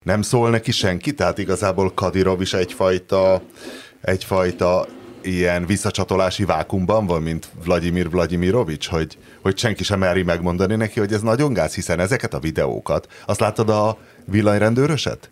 nem szól neki senki, tehát igazából Kadirov is egyfajta ilyen visszacsatolási vákumban van, mint Vladimir Vladimirovics, hogy senki sem meri megmondani neki, hogy ez nagyon gáz, hiszen ezeket a videókat, azt láttad a villanyrendőröset?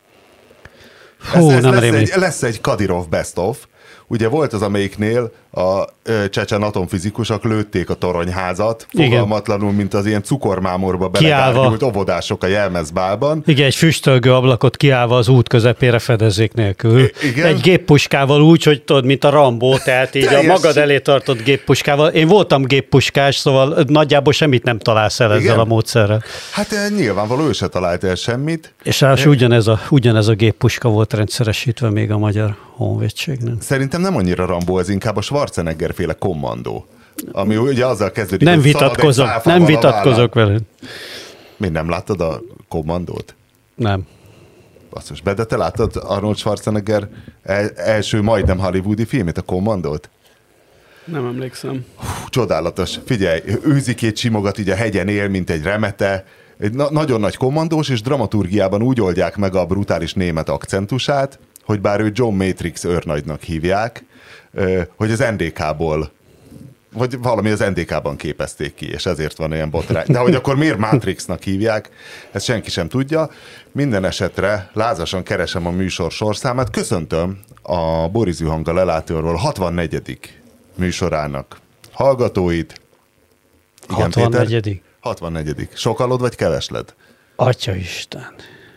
Lesz egy Kadirov best of. Ugye volt az, amelyiknél a csecsen atomfizikusok lőtték a toronyházat, fogalmatlanul, mint az ilyen cukormámorba belegárgyult óvodások a Jelmezbálban. Igen, egy füstölgő ablakot kiállva az út közepére fedezék nélkül. Igen? Egy géppuskával úgy, hogy tudod, mint a Rambó, tehát így a magad elé tartott géppuskával. Én voltam géppuskás, szóval nagyjából semmit nem találsz el ezzel a módszerrel. Hát nyilvánvaló, ő se talált el semmit. És ugyanez a géppuska volt rendszeresítve még a magyar honvédségnek. Szerintem nem annyira Rambó, ez inkább a Schwarzenegger-féle kommandó, ami ugye azzal kezdődik, nem vitatkozok veled. Még nem láttad a kommandót? Nem. Basszus, de te láttad Arnold Schwarzenegger első majdnem hollywoodi filmét, a Kommandót? Nem emlékszem. Csodálatos. Figyelj, őzikét simogat, így a hegyen él, mint egy remete. Egy nagyon nagy kommandós, és dramaturgiában úgy oldják meg a brutális német akcentusát, hogy bár ő John Matrix őrnagynak hívják, hogy az NDK-ból, vagy valami az NDK-ban képezték ki, és ezért van olyan botrány. De hogy akkor miért Matrixnak hívják, ezt senki sem tudja. Minden esetre lázasan keresem a műsor sorszámát. Köszöntöm a Boris Juhanga lelátóról 64. műsorának hallgatóit. Igen, 64. Péter? 64. Sokalod vagy kevesled? Atyaisten.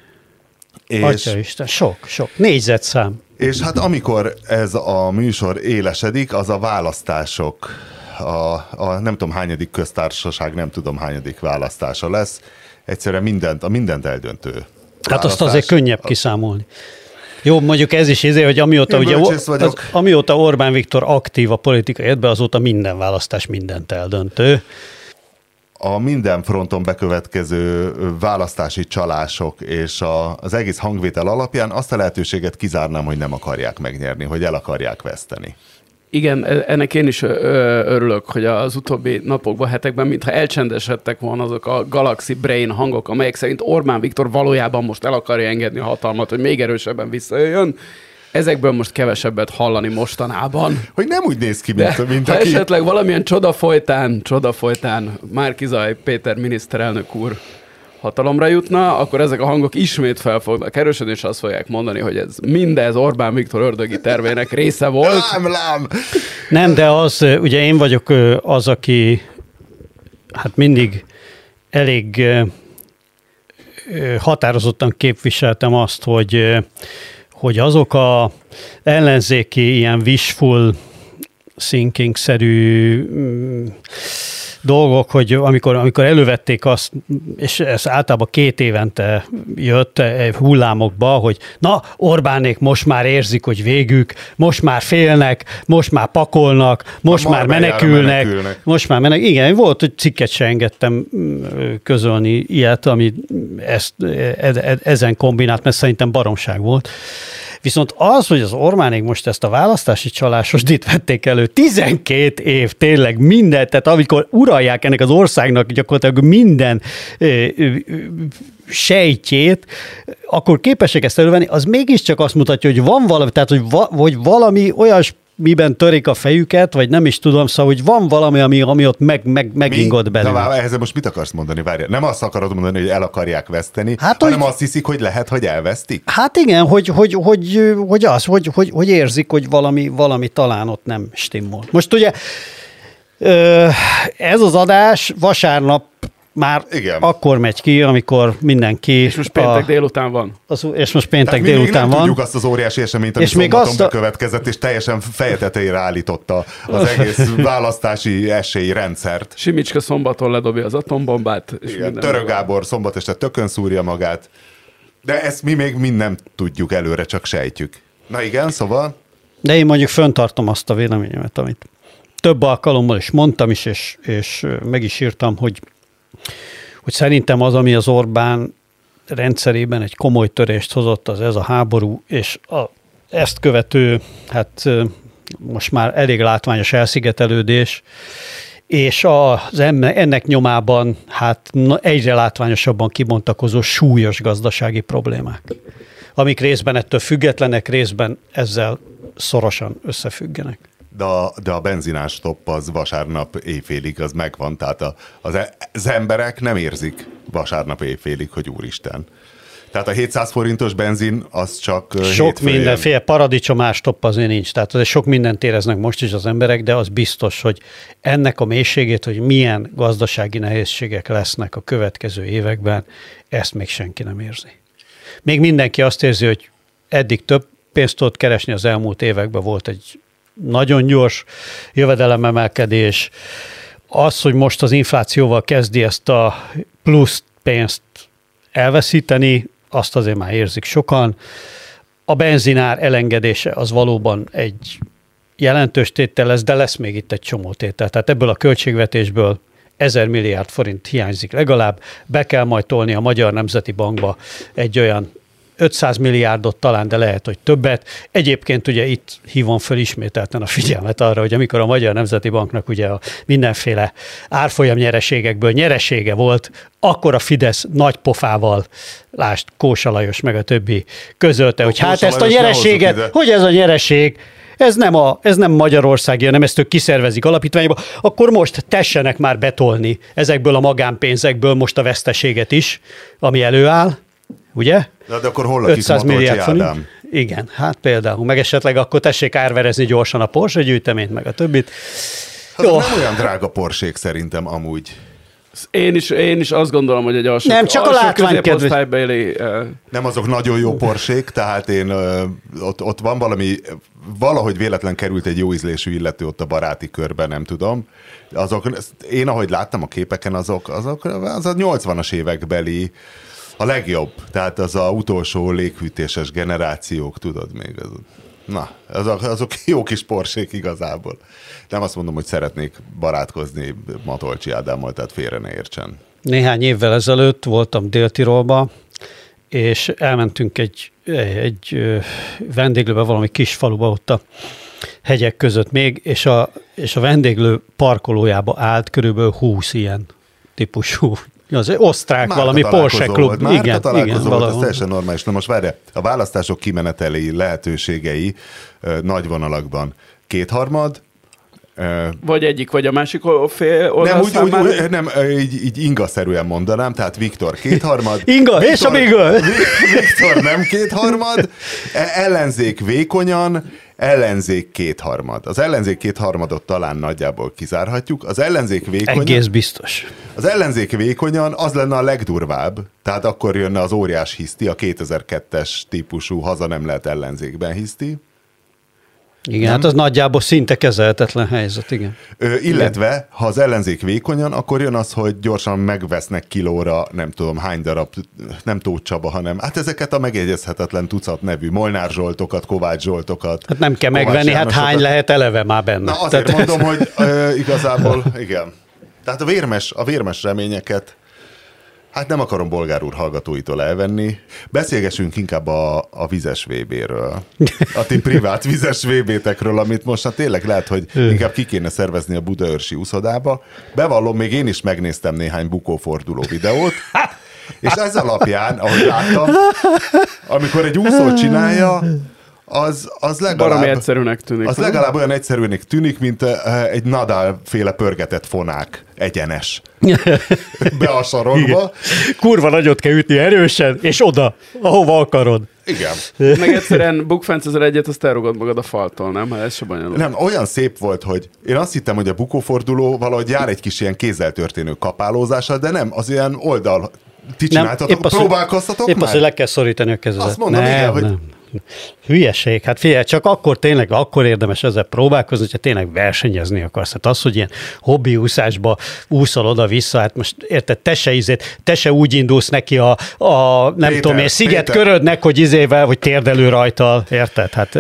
Atyaisten, sok. Négyzetszám. És hát amikor ez a műsor élesedik, az a választások, a nem tudom hányadik köztársaság, nem tudom hányadik választása lesz. Egyszerűen mindent eldöntő. Hát azt azért könnyebb kiszámolni. Jó, mondjuk ez is hogy amióta Orbán Viktor aktív a politikai életben, azóta minden választás mindent eldöntő. A minden fronton bekövetkező választási csalások és az egész hangvétel alapján azt a lehetőséget kizárnám, hogy nem akarják megnyerni, hogy el akarják veszteni. Igen, ennek én is örülök, hogy az utóbbi napokban, hetekben, mintha elcsendesedtek volna azok a Galaxy Brain hangok, amelyek szerint Orbán Viktor valójában most el akarja engedni a hatalmat, hogy még erősebben visszajöjjön. Ezekből most kevesebbet hallani mostanában. Hogy nem úgy néz ki, mint ha esetleg valamilyen csoda folytán Márki-Zay Péter miniszterelnök úr hatalomra jutna, akkor ezek a hangok ismét fel fognak erősödni, és azt fogják mondani, hogy ez mindez Orbán Viktor ördögi tervének része volt. Lám. Nem, de ugye én vagyok az, aki hát mindig elég határozottan képviseltem azt, hogy azok a ellenzéki ilyen wishful thinking-szerű dolgok, hogy amikor elővették azt, és ez általában 2 évente jött hullámokba, hogy na, Orbánék most már érzik, hogy végük, most már félnek, most már pakolnak, most már menekülnek. Igen, volt, hogy cikket se engedtem közölni ilyet, ami ezen kombinált, mert szerintem baromság volt. Viszont az, hogy az Orbánék most ezt a választási csalásost itt vették elő, 12 év tényleg minden, tehát amikor uralják ennek az országnak gyakorlatilag minden sejtjét, akkor képesek ezt elővenni, az mégiscsak azt mutatja, hogy van valami, tehát hogy valami olyasmiben törik a fejüket, vagy nem is tudom, szóval, hogy van valami, ami ott megingott belőle. Na, ehhez most mit akarsz mondani? Várjál, nem azt akarod mondani, hogy el akarják veszteni, hanem azt hiszik, hogy lehet, hogy elvesztik? Hát igen, hogy érzik, hogy valami talán ott nem stimmol. Most ugye ez az adás vasárnap már igen. Akkor megy ki, amikor mindenki... És most péntek délután van. És most péntek délután van. Tudjuk azt az óriási eseményt, ami szombaton bekövetkezett, és teljesen feje tetejére állította az egész választási esélyrendszert. Simicska szombaton ledobja az atombombát. És Török Gábor szombat este tökön szúrja magát. De ezt mi még mind nem tudjuk előre, csak sejtjük. Na igen, szóval... De én mondjuk fenntartom azt a véleményemet, amit több alkalommal is mondtam is, és meg is írtam, hogy szerintem az, ami az Orbán rendszerében egy komoly törést hozott, az ez a háború, és ezt követő, hát most már elég látványos elszigetelődés, és ennek nyomában hát egyre látványosabban kibontakozó súlyos gazdasági problémák, amik részben ettől függetlenek, részben ezzel szorosan összefüggenek. De a benzinás stopp az vasárnap éjfélig, az megvan, tehát az emberek nem érzik vasárnap éjfélig, hogy úristen. Tehát a 700 forintos benzin az csak sok mindenféle paradicsomás stopp azért nincs, tehát azért sok mindent éreznek most is az emberek, de az biztos, hogy ennek a mélységét, hogy milyen gazdasági nehézségek lesznek a következő években, ezt még senki nem érzi. Még mindenki azt érzi, hogy eddig több pénzt tudott keresni, az elmúlt években volt egy nagyon gyors jövedelememelkedés. Az, hogy most az inflációval kezdi ezt a plusz pénzt elveszíteni, azt azért már érzik sokan. A benzinár elengedése az valóban egy jelentős tétel lesz, de lesz még itt egy csomó tétel. Tehát ebből a költségvetésből 1000 milliárd forint hiányzik legalább, be kell majd tolni a Magyar Nemzeti Bankba egy olyan 500 milliárdot talán, de lehet, hogy többet. Egyébként ugye itt hívom föl ismételten a figyelmet arra, hogy amikor a Magyar Nemzeti Banknak ugye a mindenféle árfolyam nyereségekből nyeresége volt, akkor a Fidesz nagy pofával, lásd Kósa Lajos meg a többi közölte, hogy hát ezt a nyereséget, hogy ez a nyereség, ez nem Magyarországi, hanem ezt ők kiszervezik alapítványba, akkor most tessenek már betolni ezekből a magánpénzekből most a veszteséget is, ami előáll. Ugye? De akkor hol a kis Matolcsi Ádám? Igen, hát például. Meg esetleg akkor tessék árverezni gyorsan a Porsche gyűjteményt, meg a többit. Hát nem olyan drága Porsék szerintem amúgy. Én is azt gondolom, hogy egy alsó, nem, csak a látványképes. Nem azok nagyon jó Porsék, tehát én ott van valahogy véletlen került egy jó ízlésű illető ott a baráti körben, nem tudom. Én ahogy láttam a képeken, az a 80-as évekbeli a legjobb, tehát az a utolsó léghűtéses generációk, tudod még. Azok jó kis Porsék igazából. Nem azt mondom, hogy szeretnék barátkozni Matolcsi Ádámmal, tehát félre ne értsen. Néhány évvel ezelőtt voltam Dél-Tirolba, és elmentünk egy vendéglőbe, valami kis faluba ott a hegyek között még, és a vendéglő parkolójába állt körülbelül 20 ilyen típusú. Az osztrák Márka valami Porsche klub. Igen, volt, ez teljesen normális. Na most várj, a választások kimeneteli lehetőségei nagy vonalakban 2/3, vagy egyik, vagy a másik fél oldal nem, így ingaszerűen mondanám, tehát Viktor 2/3. Inga, és a Viktor nem 2/3, ellenzék vékonyan, ellenzék 2/3. Az ellenzék 2/3 talán nagyjából kizárhatjuk. Az ellenzék vékonyan... Egész biztos. Az ellenzék vékonyan az lenne a legdurvább, tehát akkor jönne az óriás hiszti, a 2002-es típusú haza nem lehet ellenzékben hiszti. Igen, nem? Hát az nagyjából szinte kezelhetetlen helyzet, igen. Illetve, ha az ellenzék vékonyan, akkor jön az, hogy gyorsan megvesznek kilóra, nem tudom hány darab, nem Tóth Csaba, hanem hát ezeket a megjegyezhetetlen tucat nevű Molnár Zsoltokat, Kovács Zsoltokat. Hát nem kell megvenni, hát hány lehet eleve már benne. Na azért mondom, hogy igazából igen. Tehát a vérmes reményeket hát nem akarom Bolgár úr hallgatóitól elvenni. Beszélgessünk inkább a vizes VB-ről. A ti privát vizes VB-tekről, amit most hát tényleg lehet, hogy inkább ki kéne szervezni a budaörsi úszodába. Bevallom, még én is megnéztem néhány bukóforduló videót, és ez alapján, ahogy láttam, amikor egy úszó csinálja, az legalább egyszerűnek tűnik. Az legalább olyan egyszerűnek tűnik, mint egy Nadal-féle pörgetett fonák egyenes. Be a sarokba. Kurva nagyot kell ütni erősen, és oda, ahova akarod. Igen. Meg egyszerűen bukfencezel egyet, azt elrugod magad a faltól, nem? Hát ez se bonyolult. Nem, olyan szép volt, hogy én azt hittem, hogy a bukóforduló valahogy jár egy kis ilyen kézzel történő kapálózással, de nem, az ilyen oldal. Ti csináltatok, próbálkoztatok már? Épp az, hogy le kell szorítani a kezedet. Azt mondom, igen, hogy... Hülyeség, hát figyelj, csak akkor érdemes ezzel próbálkozni, hogyha tényleg versenyezni akarsz. Hát az, hogy ilyen hobbi úszásba úszol oda-vissza, hát most érted, te se úgy indulsz neki Péter, szigetkörödnek, hogy hogy térdelő rajta, érted? Hát,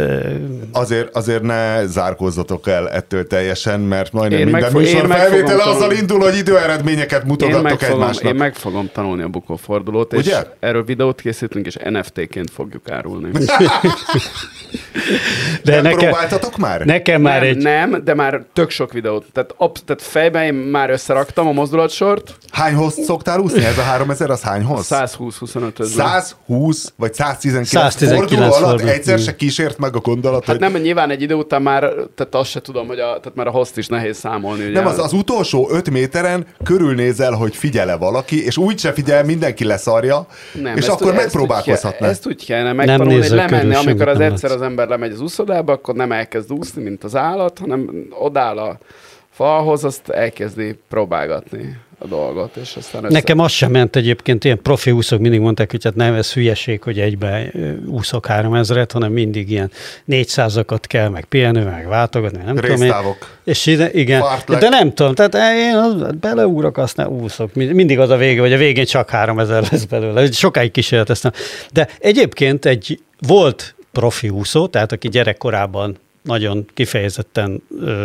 azért ne zárkózzatok el ettől teljesen, mert majdnem minden műsor felvétele azzal indul, hogy időeredményeket mutogattok egymásnak. Én meg fogom tanulni a bukófordulót, és erről videót készítünk, és NFT-ként fogjuk árulni. De próbáltatok már? Nekem már Nem, de már tök sok videót. Tehát fejben én már összeraktam a mozdulatsort. Hány hozt szoktál úszni? Ez a 3000, az hány hoz? 120-25. 120 vagy 119 forduló alatt egyszer se kísért meg a gondolat, hát nem, nyilván egy idő után már, tehát azt se tudom, hogy tehát már a hozt is nehéz számolni. Ugye? Nem, az utolsó 5 méteren körülnézel, hogy figyel-e valaki, és úgy se figyel, mindenki leszarja, nem, és akkor megpróbálkozhatna. Ezt úgy kellene megtanulni, hogy lemenni, amikor az egyszer az ember lemegy az úszodába, akkor nem elkezd úszni, mint az állat, hanem odáll a falhoz, azt elkezdi próbálgatni a dolgot, és aztán Nekem az sem ment egyébként, ilyen profi úszók mindig mondták, hogy hát nem, ez hülyeség, hogy egybe úszok 3000-et, hanem mindig ilyen 400-akat kell, meg pihenő, meg váltogatni, nem tudom én. És igen, de nem tudom, tehát én beleugrok, azt nem úszok. Mindig az a vége, hogy a végén csak 3000 lesz belőle. Sokáig kísérleteztem. De egyébként volt profi úszó, tehát aki gyerekkorában nagyon kifejezetten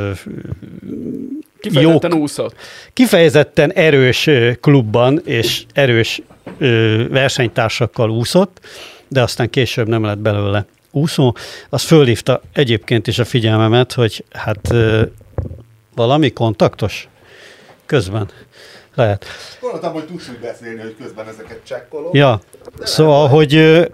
úszott. Kifejezetten erős klubban és erős versenytársakkal úszott, de aztán később nem lett belőle úszó. Az fölhívta egyébként is a figyelmemet, hogy hát valami kontaktos közben lehet. Gondoltam, hogy tudsz úgy beszélni, hogy közben ezeket csekkolom. Ja, szóval, hogy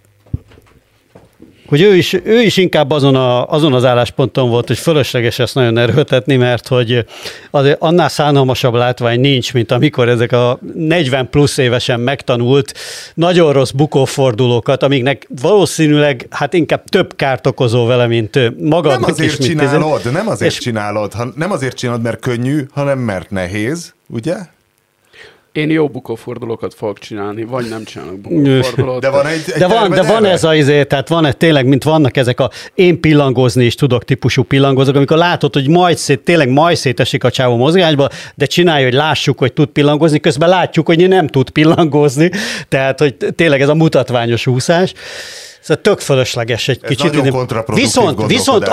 ő is inkább azon az állásponton volt, hogy fölösleges ezt nagyon erőltetni, mert hogy annál szánalmasabb látvány nincs, mint amikor ezek a 40 plusz évesen megtanult nagyon rossz bukófordulókat, amiknek valószínűleg hát inkább több kárt okozol vele, mint magadnak nem azért is. Csinálod, nem azért csinálod, mert könnyű, hanem mert nehéz, ugye? Én jó bukófordulókat fogok csinálni, vagy nem csinálok bukófordulót. De van ez azért, tehát tényleg, mint vannak ezek én pillangozni is tudok típusú pillangozók, amikor látod, hogy tényleg majd szétesik a csávó mozgásba, de csinálja, hogy lássuk, hogy tud pillangozni, közben látjuk, hogy nem tud pillangozni, tehát, hogy tényleg ez a mutatványos úszás. Szóval tök fölösleges egy kicsit. Nagyon kontraproduktív viszont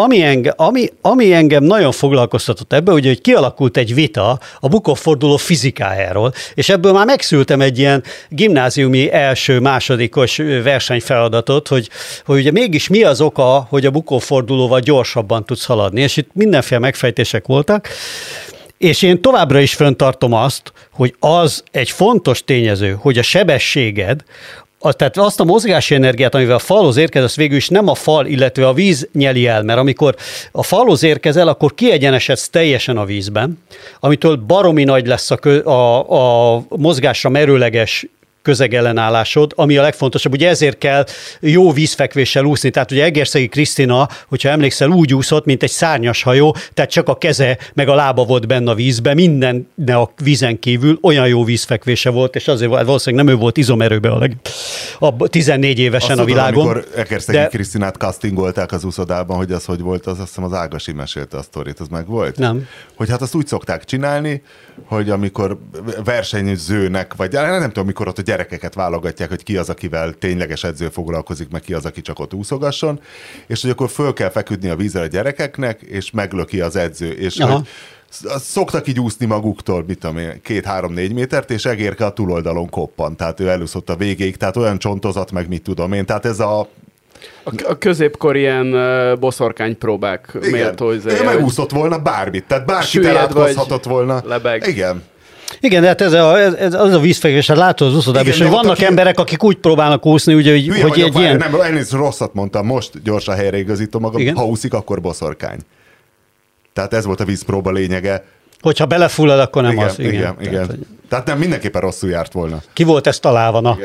ami engem nagyon foglalkoztatott ebbe, ugye, hogy kialakult egy vita a bukóforduló fizikájáról, és ebből már megszültem egy ilyen gimnáziumi első-másodikos versenyfeladatot, hogy ugye mégis mi az oka, hogy a bukófordulóval gyorsabban tudsz haladni, és itt mindenféle megfejtések voltak. És én továbbra is fenntartom azt, hogy az egy fontos tényező, hogy a sebességed, tehát azt a mozgási energiát, amivel a falhoz érkezesz, végül is nem a fal, illetve a víz nyeli el, mert amikor a falhoz érkezel, akkor kiegyenesedsz teljesen a vízben, amitől baromi nagy lesz a mozgásra merőleges közegellenállásod, ami a legfontosabb. Ugye ezért kell jó vízfekvéssel úszni. Tehát ugye Egerszegi Krisztina, hogyha emlékszel, úgy úszott, mint egy szárnyas hajó, tehát csak a keze meg a lába volt benne a vízbe, minden a vízen kívül olyan jó vízfekvése volt, és azért valószínűleg nem ő volt izomerőben a 14 évesen azt a világon. Amikor Egerszegi Krisztinát castingolták az úszodában, hogy az hogy volt, azt hiszem az Ágasi mesélte a sztorit, az meg volt? Nem. Hogy hát azt úgy szokták csinálni, hogy amikor versenyzőnek, vagy nem tudom, mikor ott a gyerekeket válogatják, hogy ki az, akivel tényleges edző foglalkozik, meg ki az, aki csak ott úszogasson, és hogy akkor föl kell feküdni a vízre a gyerekeknek, és meglöki az edző, és hogy szoktak így úszni maguktól, mit tudom én, 2-3-4 métert, és Egérke a túloldalon koppan, tehát ő elúszott a végéig, tehát olyan csontozat, meg mit tudom én, tehát ez a középkor ilyen boszorkány próbák méltó. Ő megúszott volna bármit, tehát bárkit elátkozhatott volna. Lebeg. Igen. Igen, de hát ez a vízfekvés, hát látod az úszodában, és hogy vannak emberek, akik úgy próbálnak úszni, ugye, hogy egy ilyen... Nem, elnézést, rosszat mondtam, most gyorsan helyreigazítom magam, igen? Ha úszik, akkor boszorkány. Tehát ez volt a vízpróba lényege. Hogyha belefullad, akkor nem igen, az. Igen. Tehát nem mindenképpen rosszul járt volna. Ki volt ezt találva, na?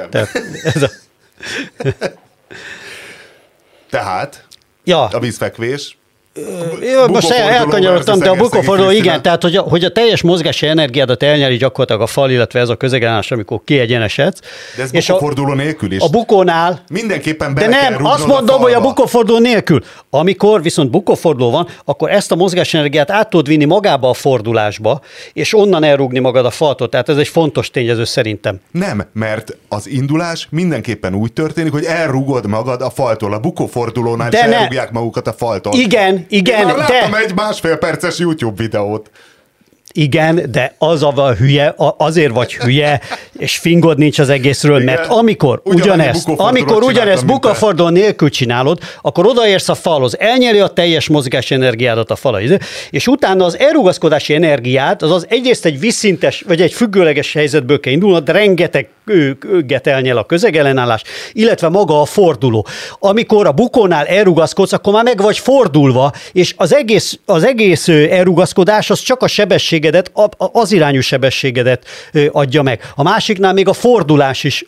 Tehát a vízfekvés. Most elkanyarodtam, de a bukóforduló igen, tehát hogy a teljes mozgási energiádat elnyeri gyakorlatilag a fal, illetve ez a közegállás, amikor kiegyenesedsz. De ez bukóforduló nélkül is. A bukónál. Mindenképpen bele kell rúgnod azt mondom, hogy a bukóforduló nélkül. Amikor viszont bukóforduló van, akkor ezt a mozgási energiát át tudod vinni magába a fordulásba, és onnan elrúgni magad a faltól. Tehát ez egy fontos tényező szerintem. Nem, mert az indulás mindenképpen úgy történik, hogy elrúgod magad a faltól. A bukófordulónál is elrúgják magukat a faltól. Igen, Én már láttam egy 1,5 perces YouTube videót. Igen, de az a hülye, azért vagy hülye, és fingod nincs az egészről, igen, mert amikor ugyanezt bukaforduló nélkül csinálod, akkor odaérsz a falhoz, elnyeli a teljes mozgási energiádat a fala, és utána az elrugaszkodási energiát, azaz egyrészt egy vízszintes, vagy egy függőleges helyzetből kell indulnod, egget elnyel a közegellenállás, illetve maga a forduló. Amikor a bukónál elrugaszkodsz, akkor már meg vagy fordulva, és az egész elrugaszkodás az csak a sebességedet, az irányú sebességedet adja meg. A másiknál még a fordulás is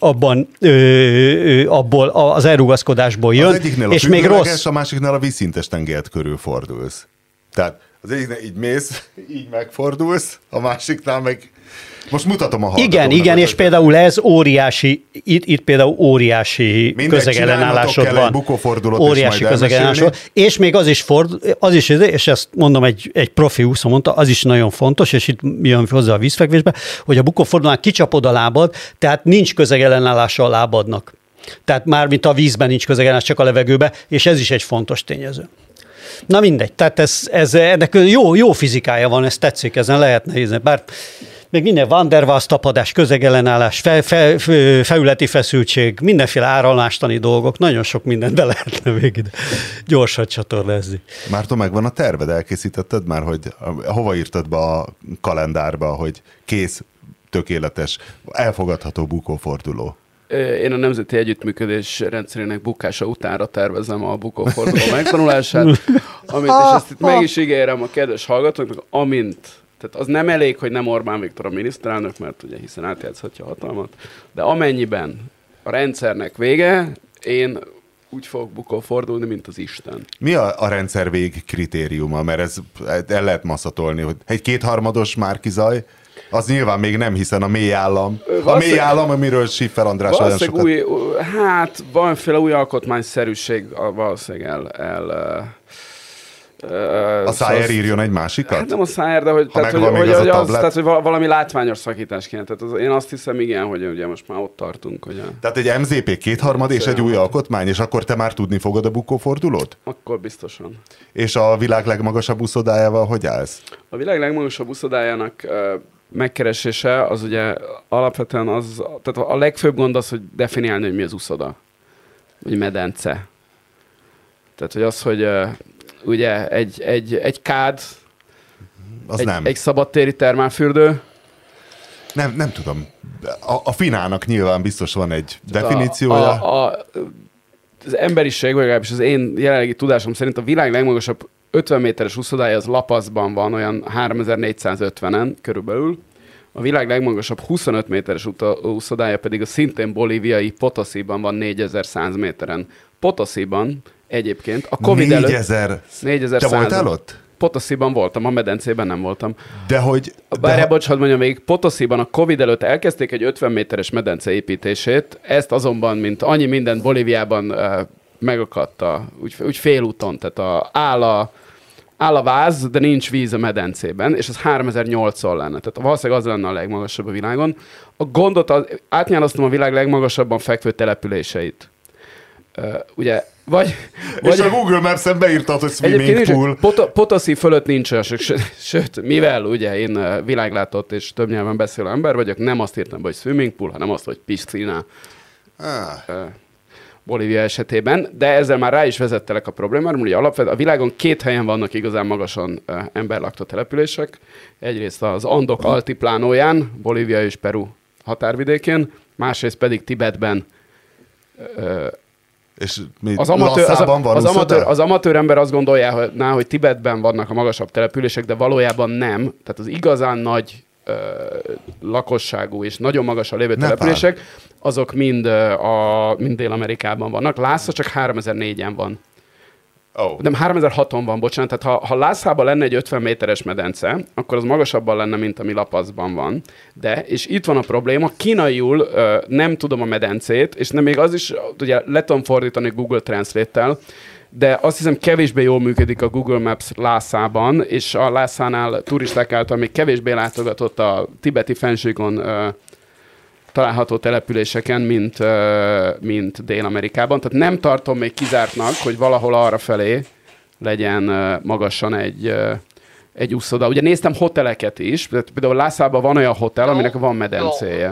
abból az elrugaszkodásból jön. Az egyiknél és a még rossz. A másiknál a vízszintes tengelyt körül fordulsz. Tehát az egyiknél így mész, így megfordulsz, a másiknál meg... Most mutatom a hallgatónak. Igen, és például ez óriási, itt például óriási közegellenállásod van. Óriási közegellenállásod. És még az is, és ezt mondom, egy profi úszó mondta, az is nagyon fontos, és itt jön hozzá a vízfekvésbe, hogy a bukófordulónál kicsapod a lábad, tehát nincs közegellenállása a lábadnak. Tehát mármint a vízben nincs közegellenállás, csak a levegőben, és ez is egy fontos tényező. Na mindegy, tehát ennek jó fizikája van, ez tetszik, ezen lehetne nézni, bár még minden Van der Waals tapadás, közegellenállás, felületi feszültség, mindenféle áramlástani dolgok, nagyon sok mindent be lehetne még ide gyorsan csatornázni. Márton, megvan a terved? Elkészítetted már, hogy hova írtad be a kalendárba, hogy kész, tökéletes, elfogadható bukóforduló? Én a Nemzeti Együttműködés rendszerének bukása utánra tervezem a bukóforduló megtanulását, és ezt itt meg is ígérem a kedves hallgatóknak, tehát az nem elég, hogy nem Orbán Viktor a miniszterelnök, mert ugye hiszen átjátszhatja a hatalmat, de amennyiben a rendszernek vége, én úgy fogok bukófordulni, mint az Isten. Mi a rendszer vég kritériuma? Mert ez el lehet masszatolni, hogy egy kétharmados Márki-Zaj, az nyilván még nem, hiszen a mély állam. A mély állam, amiről Schiffer András olyan sokat... valamiféle új alkotmányszerűség valószínűleg a Szájer írjon egy másikat? Hát nem a Szájer, de hogy valami látványos szakítás kéne. Tehát én azt hiszem, igen, hogy ugye most már ott tartunk. Hogy Tehát egy MZP kétharmad és egy új alkotmány, és akkor te már tudni fogod a bukófordulót? Akkor biztosan. És a világ legmagasabb úszodájával hogy állsz? A világ legmagasabb úszodájának megkeresése az ugye alapvetően tehát a legfőbb gond az, hogy definiálni, hogy mi az úszoda. Vagy medence. Tehát, hogy az, hogy ugye egy kád, egy szabadtéri termálfürdő. Nem tudom. A finának nyilván biztos van egy definíciója. Az emberiség, vagy legalábbis az én jelenlegi tudásom szerint a világ legmagasabb 50 méteres úszodája az La Pazban van, olyan 3450-en körülbelül. A világ legmagasabb 25 méteres úszodája pedig a szintén bolíviai Potosiban van 4100 méteren. Potosiban egyébként a Covid 4000. Te voltál ott? Potosiban voltam, a medencében nem voltam. Bocs, mondjam még, Potosiban a Covid előtt elkezdték egy 50 méteres medence építését, ezt azonban, mint annyi minden Bolíviában megakadt, úgy félúton, tehát áll a váz, de nincs víz a medencében, és az 3008-szor lenne. Tehát valószínűleg az lenne a legmagasabb a világon. A gondot, átnyáloztam a világ legmagasabban fekvő településeit. Ugye, és a Google Maps-en beírtad, hogy swimming pool. Potosi fölött nincs olyan, sőt, mivel ugye én világlátott és több nyelven beszélő ember vagyok, nem azt írtam, hogy swimming pool, hanem azt, hogy piscina. Bolívia esetében, de ezzel már rá is vezettelek a problémára, mert ugye alapvetően a világon 2 helyen vannak igazán magasan emberlakta települések. Egyrészt az Andok altiplánóján, Bolívia és Peru határvidékén, másrészt pedig Tibetben. És az amatőr ember azt gondolja, hogy Tibetben vannak a magasabb települések, de valójában nem. Tehát az igazán nagy lakosságú és nagyon magasan lévő települések, azok mind Dél-Amerikában vannak. Lhasa csak 3004-en van. Nem, 3006-on van, bocsánat. Tehát ha Lhasában lenne egy 50 méteres medence, akkor az magasabban lenne, mint ami La Pazban van. És itt van a probléma, kínaiul nem tudom a medencét, és nem még az is, ugye le tudom fordítani Google Translate-tel, de azt hiszem kevésbé jól működik a Google Maps Lhasában, és a Lhasánál turisták által még kevésbé látogatott a tibeti fennsíkon található településeken, mint Dél-Amerikában. Tehát nem tartom még kizártnak, hogy valahol arra felé legyen magasan egy úszoda. Ugye néztem hoteleket is, például Lászában van olyan hotel, aminek van medencéje.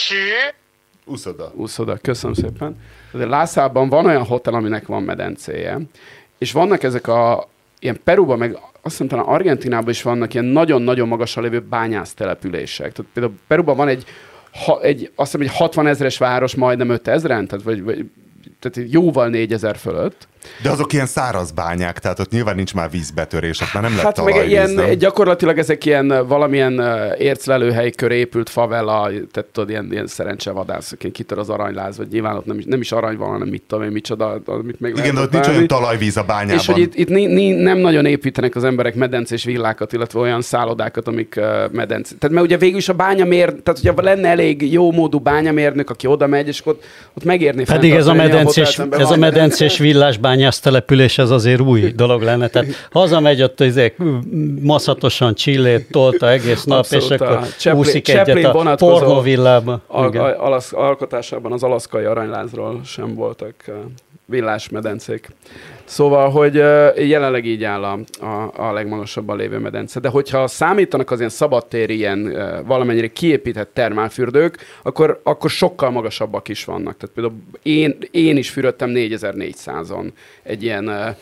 Úszoda, köszönöm szépen. De Lászában van olyan hotel, aminek van medencéje, és vannak ezek ilyen Peruban, meg azt hiszem talán Argentinában is vannak ilyen nagyon-nagyon magasan lévő bányásztelepülések. Tehát például Peruban van azt hiszem, egy 60 000-es város, majdnem 5000-en, tehát jóval 4000 fölött. De azok ilyen száraz bányák, tehát ott nyilván nincs már vízbetörés, ott már nem lett hát talajvíz, meg gyakorlatilag ezek ilyen valamilyen érclelőhely köré épült favela, tehát tudod, ilyen szerencsevadászok, ilyen kitör az aranyláz, vagy nyilván ott nem is arany van, hanem mit tudom én, micsoda, amit még igen, de ott nincs olyan talajvíz a bányában. És hogy itt nem nagyon építenek az emberek medencés villákat, illetve olyan szállodákat, amik medencés. Tehát mert ugye végül is a bányamérnök, tehát hogyha lenne elég jó módú bányamérnök, aki oda megy, és ott megérné. Pedig ez a medencés villás bányásztelepülés, ez azért új dolog lenne. Tehát hazamegy ott maszatosan csillét tolta egész nap, abszolút, és akkor úszik egyet a pornóvillába. Alkotásában az alaszkai aranylázról sem voltak villásmedencék. Szóval, hogy jelenleg így áll a legmagasabban lévő medence. De hogyha számítanak az ilyen szabadtéri, ilyen valamennyire kiépített termálfürdők, akkor sokkal magasabbak is vannak. Tehát például én is fürödtem 4400-on egy ilyen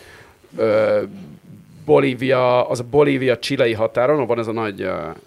Bolívia-chilei határon, van ez a nagy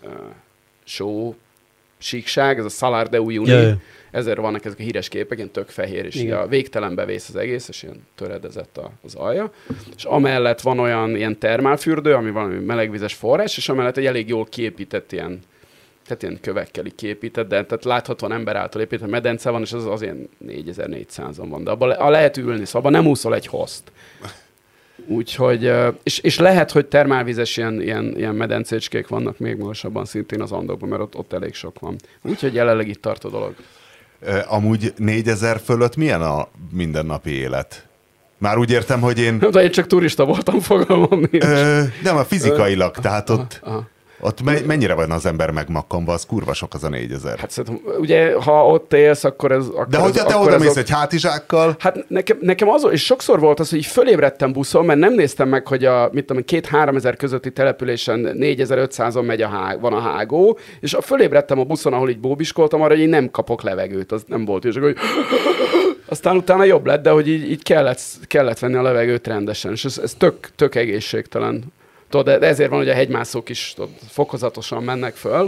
síkság, ez a Salar de Uyuni. Ezért vannak ezek a híres képek, ilyen tök fehér, és a végtelenbe vész az egész, és ilyen töredezett az alja. És amellett van olyan ilyen termálfürdő, ami valami melegvizes forrás, és amellett egy elég jól kiépített ilyen kövekkel kiépített, de tehát láthatóan ember által épített medence van, és az ilyen 4400-on van. De abban lehet ülni, szóval nem úszol egy host. Úgyhogy, és lehet, hogy termálvizes ilyen medencécskék vannak még magasabban szintén az Andokban, mert ott elég sok van. Úgyhogy jelenleg itt tart a dolog. Amúgy 4000 fölött milyen a mindennapi élet? Már úgy értem, hogy én... De én csak turista voltam, fogalmam nincs. Nem, a fizikailag, tehát ott mennyire van az ember megmakkanva, az kurva sok az a 4000. Hát szerintem, ugye, ha ott élsz, akkor ez... De hogyha te oda mész egy hátizsákkal... Hát nekem az, és sokszor volt az, hogy így fölébredtem buszon, mert nem néztem meg, hogy 2-3 ezer közötti településen 4500-on van a hágó, és fölébredtem a buszon, ahol így bóbiskoltam arra, hogy én nem kapok levegőt, az nem volt, és akkor aztán utána jobb lett, de hogy így kellett venni a levegőt rendesen, és ez tök egészségtelen. De ezért van, hogy a hegymászók is fokozatosan mennek föl,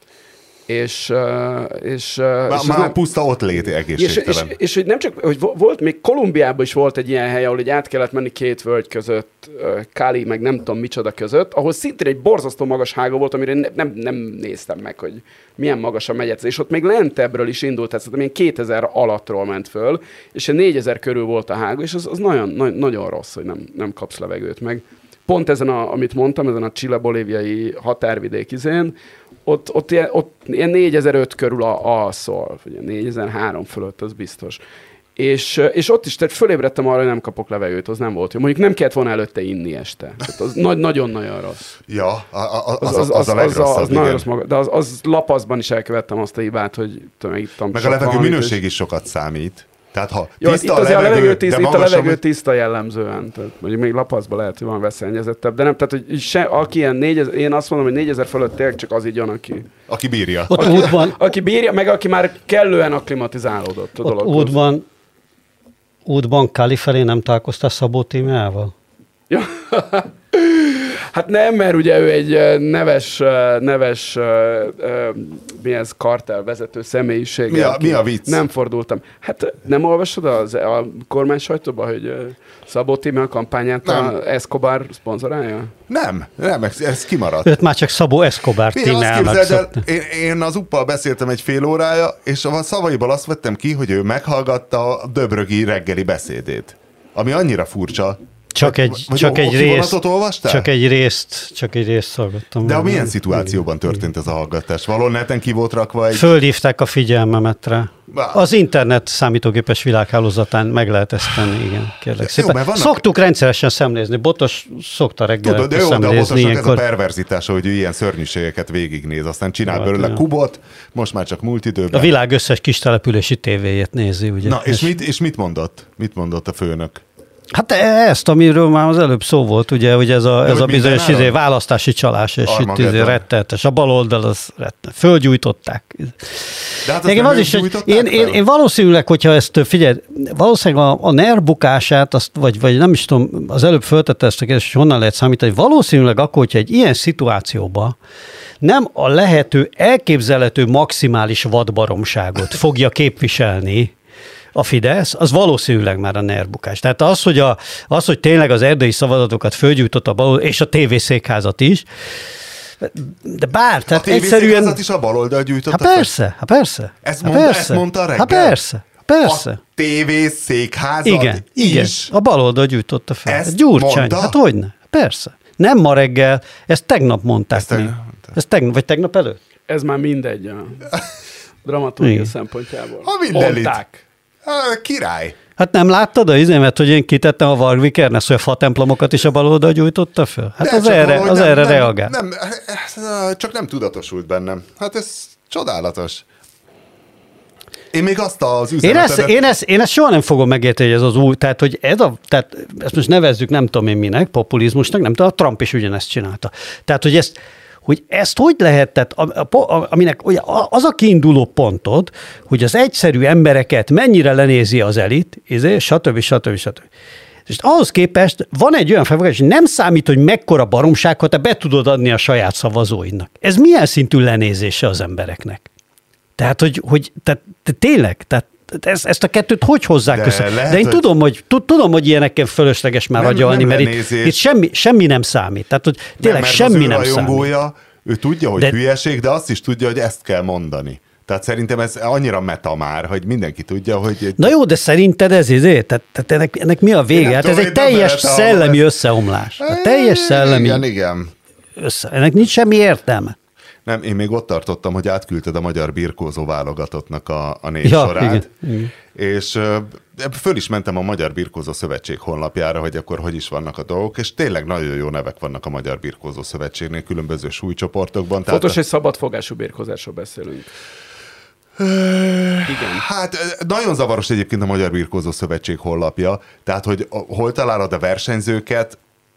és már puszta ott léti egészségtelen. És hogy nem csak, hogy volt, még Kolumbiában is volt egy ilyen hely, ahol át kellett menni két völgy között, Cali, meg nem tudom micsoda között, ahol szintén egy borzasztó magas hágó volt, amire nem néztem meg, hogy milyen magas a megyec. És ott még lentebbről is indult, tehát ilyen 2000 alattról ment föl, és 4000 körül volt a hágó, és az nagyon, nagyon rossz, hogy nem kapsz levegőt meg. Pont ezen, amit mondtam, ezen a Chile-bolíviai határvidék izén, ott ilyen 4005 körül alszol, vagy 4003 fölött, az biztos. És ott is, tehát fölébredtem arra, hogy nem kapok levegőt, az nem volt jó. Mondjuk nem kellett volna előtte inni este. Tehát az nagyon-nagyon rossz. Ja, az a legrosszabb, nagyon rossz maga, de az lapaszban is elkövettem azt a hibát, hogy ittam. Meg a levegő minőség is sokat számít. Tehát ha tiszta a levegő, itt a levegő tiszta jellemzően. Tehát mondjuk még lapaszban lehet, hogy van veszélyeztettebb, de nem, tehát hogy aki ilyen 4000, én azt mondom, hogy 4000 fölött tényleg csak az így jön, aki bírja. Aki bírja, meg aki már kellően akklimatizálódott a dologhoz. Útban Cali felé nem találkoztál Szabó Tímeával? Ja. Hát nem, mert ugye ő egy neves mi ez, kartelvezető személyiség. Mi a vicc? Nem fordultam. Hát nem olvasod a kormány sajtóban, hogy Szabó Tíme a kampányát a Escobar szponzorálja? Nem, ez kimaradt. Őt már csak Szabó Escobar Tímeának szokta. Én az Uppal beszéltem egy fél órája, és a szavaiból azt vettem ki, hogy ő meghallgatta a Döbrögi reggeli beszédét. Ami annyira furcsa. Csak egy részt hallgattam. De milyen szituációban történt ez a hallgatás? Valahol neten ki volt rakva egy... Fölhívták a figyelmemet rá. Az internet számítógépes világhálózatán meg lehet ezt tenni, igen, kérlek szépen. Vannak... Szoktuk rendszeresen szemlézni. Botos szokta reggelente szemlézni. De a Botosnak ez a perverzitása, hogy ő ilyen szörnyűségeket végignéz, aztán csinál belőle kubot, most már csak múlt időben. A világ összes kis települési tévéjét nézi, ugye? Na, és mit mondott? Mit mondott a főnök? Hát ezt, amiről már az előbb szó volt, ugye, hogy ez a bizonyos választási csalás, és itt rettenetes. A baloldal az rettenetes. Fölgyújtották. De hát az is, én valószínűleg, hogyha ezt figyelj, valószínűleg a NER bukását, azt, vagy nem is tudom, az előbb föltette ezt a kérdést, hogy honnan lehet számítani, valószínűleg akkor, hogyha egy ilyen szituációban nem a lehető, elképzelhető maximális vadbaromságot fogja képviselni a Fidesz, az valószínűleg már a NER bukás. Tehát az, hogy tényleg az erdélyi szavazatokat fölgyújtott a baloldal, és a tévészékházat is, de bár, tehát egyszerűen... A tévészékházat is a baloldal gyújtotta fel? Persze. Ezt mondta reggel? Persze. A tévészékházat igen, a baloldal gyújtotta fel. Ezt Gyurcsány, mondta? hát hogyne? Persze. Nem ma reggel, ezt tegnap mondták mi. Vagy tegnap előtt? Ez már mindegy a dramaturgia szempontjából. Ha mondták. Király. Hát nem láttad a izémet, hogy én kitettem a Varg Vikernes, hogy a fa templomokat is a baloldal gyújtotta föl? Hát az erre reagál. Csak nem tudatosult bennem. Hát ez csodálatos. Én még azt az üzenetet... Én ezt soha nem fogom megérteni, hogy ez az új, tehát hogy tehát ezt most nevezzük nem tudom én minek, populizmusnak, nem tudom, a Trump is ugyanezt csinálta. Tehát, hogy ezt hogy lehet, tehát aminek az a kiinduló pontod, hogy az egyszerű embereket mennyire lenézi az elit, stb. És ahhoz képest van egy olyan felfogás, hogy nem számít, hogy mekkora baromság, ha te be tudod adni a saját szavazóidnak. Ez milyen szintű lenézése az embereknek? Tehát, hogy tényleg, tehát ezt a kettőt hogy hozzák össze? De én tudom, hogy ilyeneken fölösleges már agyalni, mert itt semmi nem számít. Tehát, hogy tényleg semmi nem számít. Ő tudja, hogy hülyeség, de azt is tudja, hogy ezt kell mondani. Tehát szerintem ez annyira meta már, hogy mindenki tudja, hogy... Na jó, de szerinted ez tehát ennek mi a vége? Hát ez egy teljes szellemi összeomlás. Teljes szellemi... Igen. Ennek nincs semmi értelme. Nem, én még ott tartottam, hogy átküldted a magyar birkózó válogatottnak a névsorát, igen. És föl is mentem a Magyar Birkózó Szövetség honlapjára, hogy akkor hogy is vannak a dolgok, és tényleg nagyon jó nevek vannak a Magyar Birkózó Szövetségnél, különböző súlycsoportokban. Fontos, hogy szabadfogású birkózásról beszélünk. Igen. Hát nagyon zavaros egyébként a Magyar Birkózó Szövetség honlapja, tehát hogy hol találod a versenyzőket,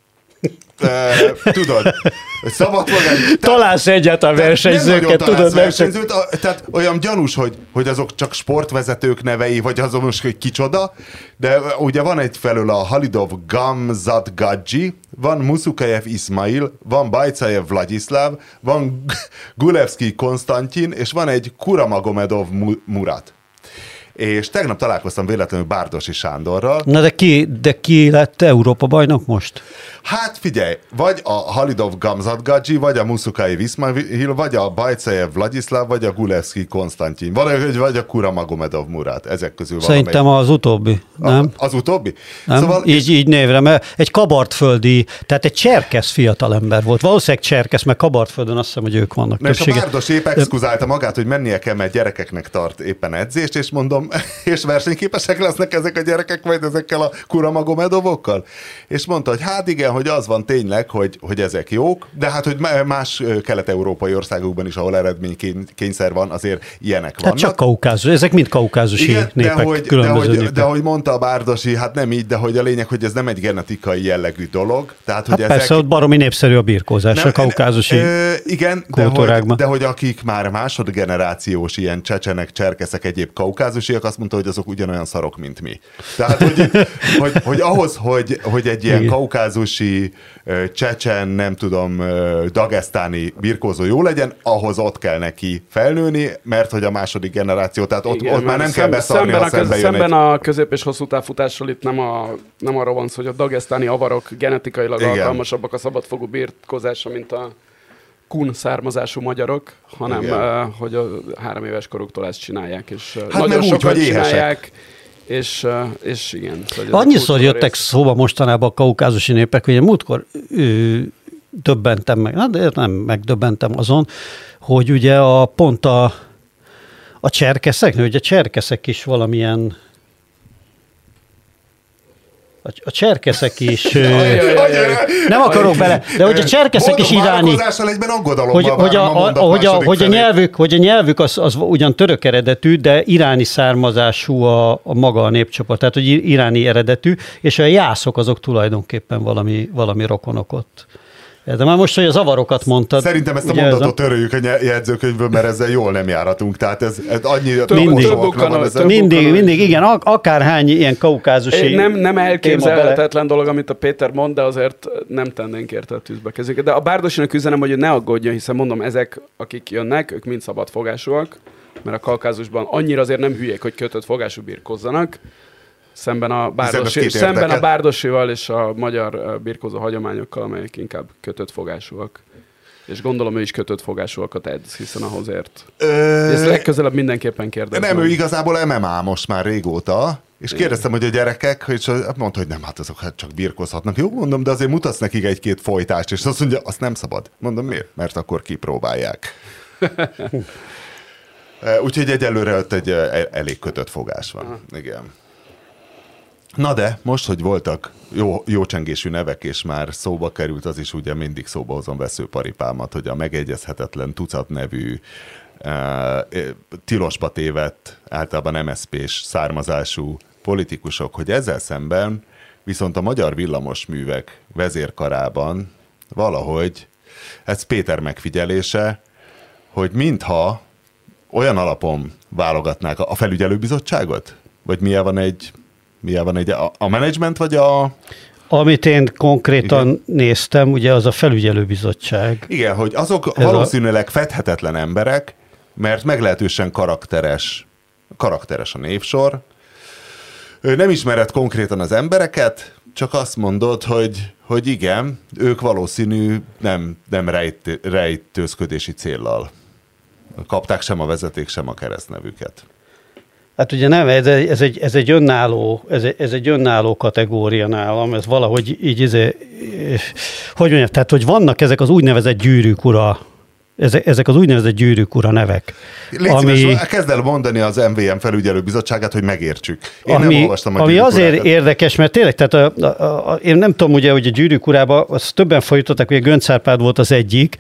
tudod, szabadfogás. Találsz egyáltalán versenyzőket, tudod, versenyzőt, tehát olyan gyanús, hogy azok csak sportvezetők nevei, vagy azon most, hogy kicsoda, de ugye van egyfelől a Halidov Gamzatgadji, van Musukajev Ismail, van Bajcajev Vladislav, van Gulevski Konstantin, és van egy Kuramagomedov Murat. És tegnap találkoztam véletlenül Bárdossy Sándorral. Na de ki lett Európa bajnok most? Hát figyelj, vagy a Halidov Gamzatgadji, vagy a Musukajev Ismail, vagy a Bajcajev Vladislav, vagy a Gulevski Konstantin, vagy a Kuramagomedov Murat, ezek közül valamelyik. Szerintem az utóbbi, nem? Az utóbbi? Nem, szóval, így névre, mert egy kabartföldi, tehát egy cserkesz fiatalember volt. Valószínűleg cserkesz, meg Kabartföldön azt hiszem, hogy ők vannak többsége. És a Bárdossy épp exkuzálta magát, hogy mennie kell, mert gyerekeknek tart éppen edzést, és mondom, és versenyképesek lesznek ezek a gyerekek majd ezekkel a Kuramagomedovókkal? És mondta, hogy hát igen, hogy az van tényleg, hogy ezek jók, de hát, hogy más kelet-európai országokban is, ahol eredménykényszer van, azért ilyenek vannak. Tehát csak kaukázus, ezek mind kaukázusi igen, népek, különböző népek. De hogy mondta a Bárdossy, hát nem így, de hogy a lényeg, hogy ez nem egy genetikai jellegű dolog. Tehát, hogy hát ezek... Persze, ott baromi népszerű a birkózás a kaukázusi igen, de hogy akik már másodgenerációs ilyen csecsenek, cserkeszek, egyéb kaukázusiak, azt mondta, hogy azok ugyanolyan szarok, mint mi. Tehát, hogy ahhoz, hogy egy ilyen kaukázusi, csecsen, nem tudom, dagesztáni birkózó jó legyen, ahhoz ott kell neki felnőni, mert hogy a második generáció, tehát ott már nem kell beszarni, ha szembe jön szemben a közép- és hosszú távfutással itt nem arról van szó, hogy a dagesztáni avarok genetikailag alkalmasabbak a szabadfogú birkózásra, mint a kun származású magyarok, hanem hogy a 3 éves koruktól ezt csinálják, és hát nagyon sokat úgy, csinálják, és igen. Annyiszor jöttek szóba mostanában a kaukázusi népek, hogy múltkor döbbentem meg, de nem megdöbbentem azon, hogy ugye pont a cserkeszek, ugye a cserkeszek is valamilyen a cserkeszek is... nem akarok bele, de hogy a cserkeszek is iráni... Hogy a nyelvük az ugyan török eredetű, de iráni származású a maga a népcsoport, tehát hogy iráni eredetű, és a jászok azok tulajdonképpen valami rokonok ott. De már most, hogy a zavarokat mondtad... Szerintem ezt a mondatot töröljük a jegyzőkönyvből, mert ezzel jól nem járatunk. Tehát ez annyi... Mindig, igen, akárhány ilyen kaukázusi... Nem elképzelhetetlen dolog, amit a Péter mond, de azért nem tennénk érte a tűzbe kezüket. De a Bárdosinak üzenem, hogy ne aggódjon, hiszen mondom, ezek, akik jönnek, ők mind szabadfogásúak, mert a Kaukázusban annyira azért nem hülyék, hogy kötött fogású birkózzanak, szemben a Bárdosival és a magyar birkózó hagyományokkal, amelyek inkább kötött fogásúak. És gondolom ő is kötött fogásúakat edz, hiszen ahhoz ért. Ez legközelebb mindenképpen kérdezem. Nem, ő igazából MMA most már régóta, és kérdeztem, hogy a gyerekek, és mondta, hogy nem, hát azok csak birkózhatnak. Jó, mondom, de azért mutatsz nekik egy-két folytást, és azt mondja, azt nem szabad. Mondom, miért? Mert akkor kipróbálják. Úgyhogy egyelőre ott egy elég kötött fogás van. Aha. Igen. Na de, most, hogy voltak jó csengésű nevek, és már szóba került, az is ugye mindig szóba hozom veszőparipámat, hogy a megegyezhetetlen tucat nevű tilosba tévedt, általában MSZP-s származású politikusok, hogy ezzel szemben viszont a magyar villamosművek vezérkarában valahogy, ez Péter megfigyelése, hogy mintha olyan alapon válogatnák a felügyelőbizottságot? Vagy milyen van egy a menedzsment, vagy a... Amit én konkrétan néztem, ugye az a felügyelőbizottság. Igen, hogy azok valószínűleg fedhetetlen emberek, mert meglehetősen karakteres a névsor. Nem ismered konkrétan az embereket, csak azt mondod, hogy igen, ők valószínű nem rejtőzködési céllal kapták sem a vezeték, sem a keresztnevüket. Hát ugye nem, ez egy önálló kategória nálam, ez valahogy így, hogy mondjam, tehát hogy vannak ezek az úgynevezett gyűrűk ura, ezek az úgynevezett gyűrűk ura nevek. Kezd el mondani az MVM felügyelőbizottságát, hogy megértsük. Én nem olvastam a ami azért érdekes, mert tényleg, tehát én nem tudom, ugye, hogy a gyűrűk urában azt többen folytottak, ugye Göncz Árpád volt az egyik,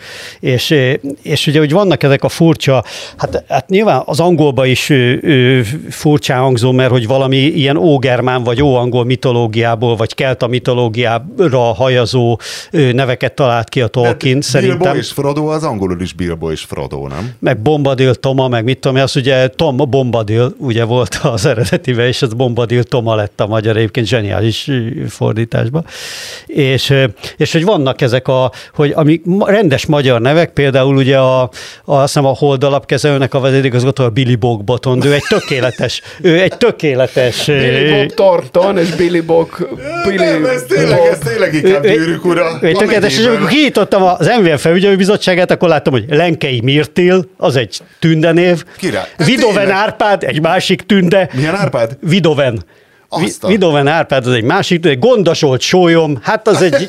és ugye, hogy vannak ezek a furcsa, hát nyilván az angolban is furcsán hangzó, mert hogy valami ilyen ógermán vagy óangol mitológiából, vagy kelta mitológiára hajazó neveket talált ki a Tolkien, szerintem. Bilbo és Frodo az angolul is Bilbo és Frodo, nem? Meg Bombadil Toma, meg mit tudom, az ugye Tom Bombadil ugye volt az eredetiben, és az Bombadil Toma lett a magyar, egyébként zseniális fordításban. És hogy vannak ezek hogy ami rendes magyar nevek, például ugye azt hiszem a Hold alapkezelőnek a vezérigazgató a Billy Bob Botond, ő egy tökéletes Billy Bob Thornton és Billy Bob ez tényleg inkább gyűrűk ura. Egy tökéletes, és amikor kinyitottam az MVM felügyelőbizottságát, akkor láttam, hogy Lenkei Mirtil, az egy tündenév. Vidoven Árpád, egy másik tünde. Milyen Árpád? Vidoven. Vidoven Árpád, az egy másik tünde. Gondasolt Sólyom, hát az egy...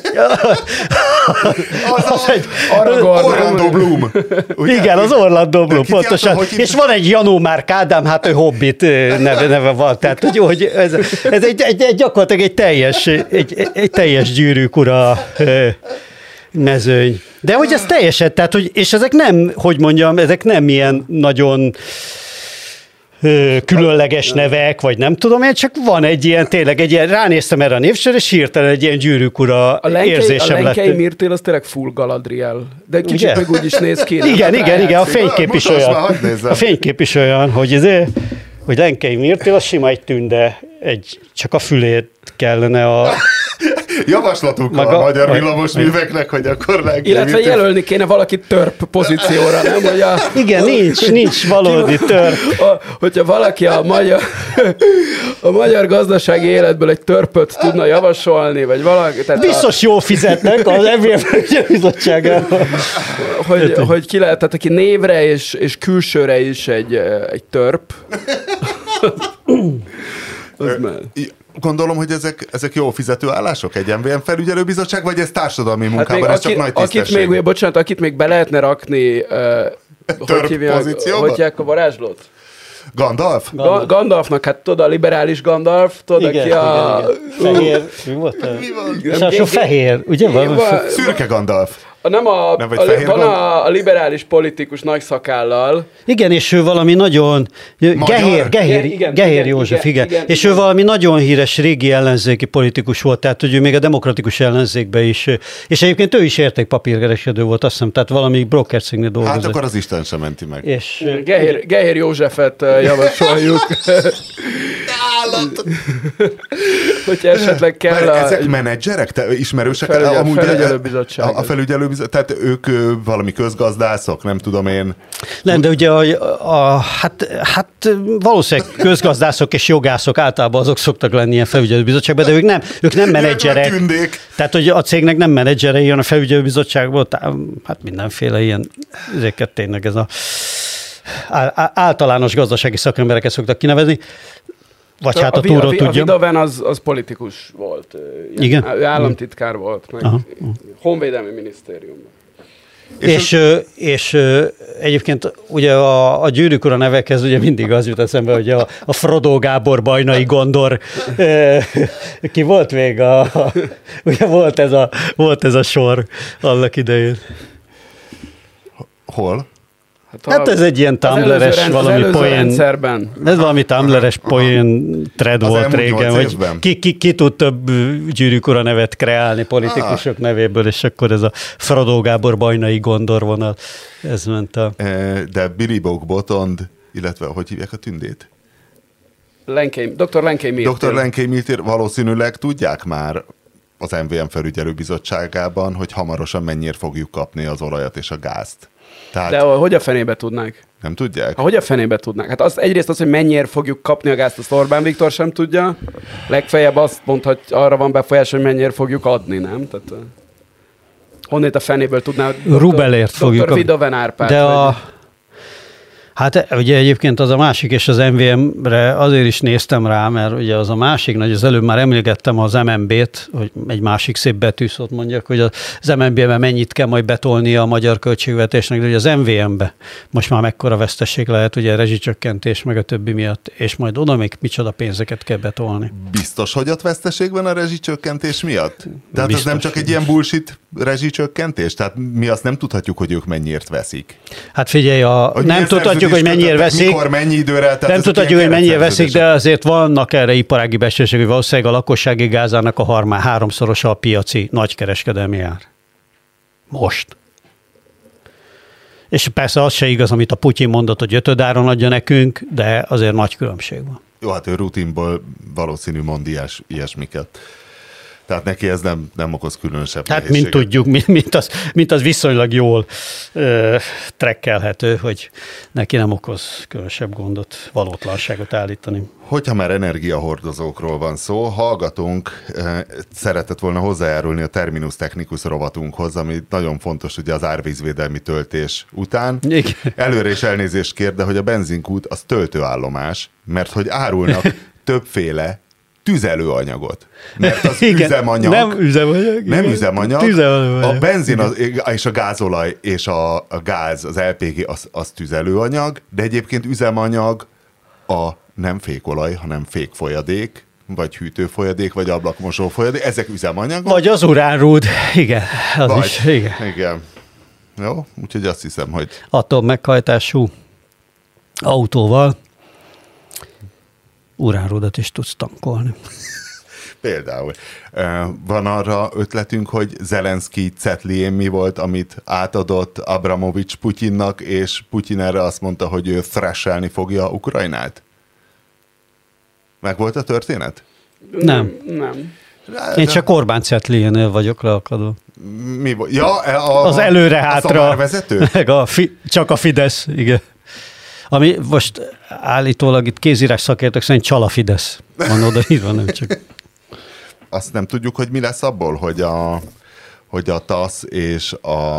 az egy Orlando Bloom. Igen, az Orlando Bloom, pontosan. És van egy Janó Márk Ádám, hát ő Hobbit neve van. Tehát, hogy ez gyakorlatilag egy teljes gyűrűk ura mezőny. De hogy ez teljesen, tehát, hogy, és ezek nem, hogy mondjam, ezek nem ilyen nagyon különleges nevek, vagy nem tudom én, csak van egy ilyen, tényleg egy ilyen, ránéztem erre a névsorra, és hirtelen egy ilyen gyűrűk ura érzésem lett. A Lenkei Mirtil az tényleg full Galadriel, de kicsit meg úgy is néz ki. Igen, a fénykép is olyan. A fénykép is olyan, hogy Lenkei Mirtil, az sima egy tünde, csak a fülét kellene a... Javaslatunk a magyar villamosműveknek, hogy akkor illetve jelölni kéne valaki törp pozícióra, nem? Hogy igen, nincs valódi törp. Hogyha valaki a magyar gazdasági életből egy törpöt tudna javasolni, vagy valaki... Biztos jól fizetnek az MVM bizottságában. Hogy ki lehet, tehát aki névre és külsőre is egy törp. Gondolom, hogy ezek jó fizető állások, egy MVM felügyelőbizottság, vagy ez társadalmi munkában, ez csak nagy tisztesség? Akit még be lehetne rakni, hogy hívják a varázslót? Gandalf? Gandalfnak, hát tudod, a liberális Gandalf, tudod, aki a... Fehér, mi volt? Mi van? És a fehér, ugye? Szürke Gandalf. Van a liberális politikus nagy szakállal. Igen, és ő valami nagyon... Gehér József, igen. És ő valami nagyon híres régi ellenzéki politikus volt, tehát hogy ő még a demokratikus ellenzékben is, és egyébként ő is értékpapírkereskedő volt, azt hiszem, tehát valami broker cégnél dolgozott. Hát akkor az Isten sem menti meg. És Gehér Józsefet javasoljuk. Hogyha esetleg kell ezek menedzserek, ismerősek? Felügyelőbizottság. A felügyelőbizottság, tehát ők valami közgazdászok, nem tudom én. Nem, de ugye hát valószínűleg közgazdászok és jogászok általában azok szoktak lenni ilyen felügyelőbizottságban, de ők nem menedzserek. Tehát, hogy a cégnek nem menedzserei jön a felügyelőbizottságból, hát mindenféle ilyen, ezeket tényleg ez a általános gazdasági szakembereket szoktak kinevezni. Vagy hát a túról tudja. A Vidoven az politikus volt. Igen? Ő államtitkár volt, meg honvédelmi minisztériumban. És egyébként ugye a Gyűrűk ura nevekhez ugye mindig az jut eszembe, hogy a Frodo Gábor Bajnai Gondor, ki volt még ugye volt ez a sor annak idején. Hol? Hát ez egy ilyen Tumblr-es valami poén. Ez valami Tumblr-es poén thread volt régen, hogy ki tud több Gyűrűk ura nevet kreálni politikusok nevéből, és akkor ez a Frodo Gábor Bajnai Gondor vonal, ez ment a... De Billy Botond, illetve hogy hívják a tündét? Dr. Lenkei Miltér. Dr. Lenkei Miltér valószínűleg tudják már az MVM felügyelőbizottságában, hogy hamarosan mennyire fogjuk kapni az olajat és a gázt. Tehát... De hogy a fenébe tudnák? Nem tudják? Hogy a fenébe tudnák? Hát egyrészt az, hogy mennyire fogjuk kapni a gázt, azt Orbán Viktor sem tudja. Legfeljebb azt mondhat, arra van befolyás, hogy mennyire fogjuk adni, nem? Tehát, honnét a fenéből tudná Rubelért fogjuk Dr. Vidoven Árpád. De hát ugye egyébként az a másik, és az MVM-re azért is néztem rá, mert ugye az a másik nagy, az előbb már emlékeztem az MNB-t, hogy egy másik szép betűszót mondjak, hogy az MNB-ben mennyit kell majd betolni a magyar költségvetésnek, de ugye az MVM-be most már mekkora veszteség lehet, ugye rezsicsökkentés meg a többi miatt, és majd oda még micsoda pénzeket kell betolni. Biztos, hogy ott veszteség van a rezsicsökkentés miatt? Tehát biztos, ez nem csak egy ilyen bullshit rezsicsökkentés? Tehát mi azt nem tudhatjuk, hogy ők mennyiért veszik. Hát figyelj, nem tudhatjuk, hogy mennyire veszik. Mikor, mennyi időre? Nem tudhatjuk, hogy mennyire veszik, de azért vannak erre iparági becslések, hogy valószínűleg a lakossági gázának a háromszorosa a piaci nagykereskedelmi ár. Most. És persze az se igaz, amit a Putyin mondott, hogy 5 áron adja nekünk, de azért nagy különbség van. Jó, hát ő rutinból valószínű mond ilyesmiket. Tehát neki ez nem okoz különösebb hát mint tudjuk, mint az viszonylag jól trekkelhető, hogy neki nem okoz különösebb gondot, valótlanságot állítani. Hogyha már energiahordozókról van szó, hallgatónk szeretett volna hozzájárulni a Terminus Technicus rovatunkhoz, ami nagyon fontos ugye az árvízvédelmi töltés után. Igen. Előre is elnézést kér, de hogy a benzinkút az töltőállomás, mert hogy árulnak többféle tüzelőanyagot. Mert az üzemanyag. Nem üzemanyag. A benzin és a gázolaj és a gáz, az LPG az tüzelőanyag, de egyébként üzemanyag a nem fékolaj, hanem fékfolyadék, vagy hűtőfolyadék, vagy ablakmosó folyadék. Ezek üzemanyagok. Vagy az uránrúd. Igen. Az is. Igen. Jó, úgyhogy azt hiszem, hogy... Atommeghajtású autóval uránrudat is tudsz tankolni. Például. Van arra ötletünk, hogy Zelenszky cetlién mi volt, amit átadott Abramovics Putyinnak, és Putyin erre azt mondta, hogy ő thrashelni fogja Ukrajnát? Meg volt a történet? Nem. Én csak Orbán cetliénél vagyok leakadva. Mi volt? Ja, az előre-hátra. vezető? Csak a Fidesz, igen. Ami most állítólag itt kézírás szakértők szerint csal a Fidesz. Van oda írva, nem csak. Azt nem tudjuk, hogy mi lesz abból, hogy a TASZ és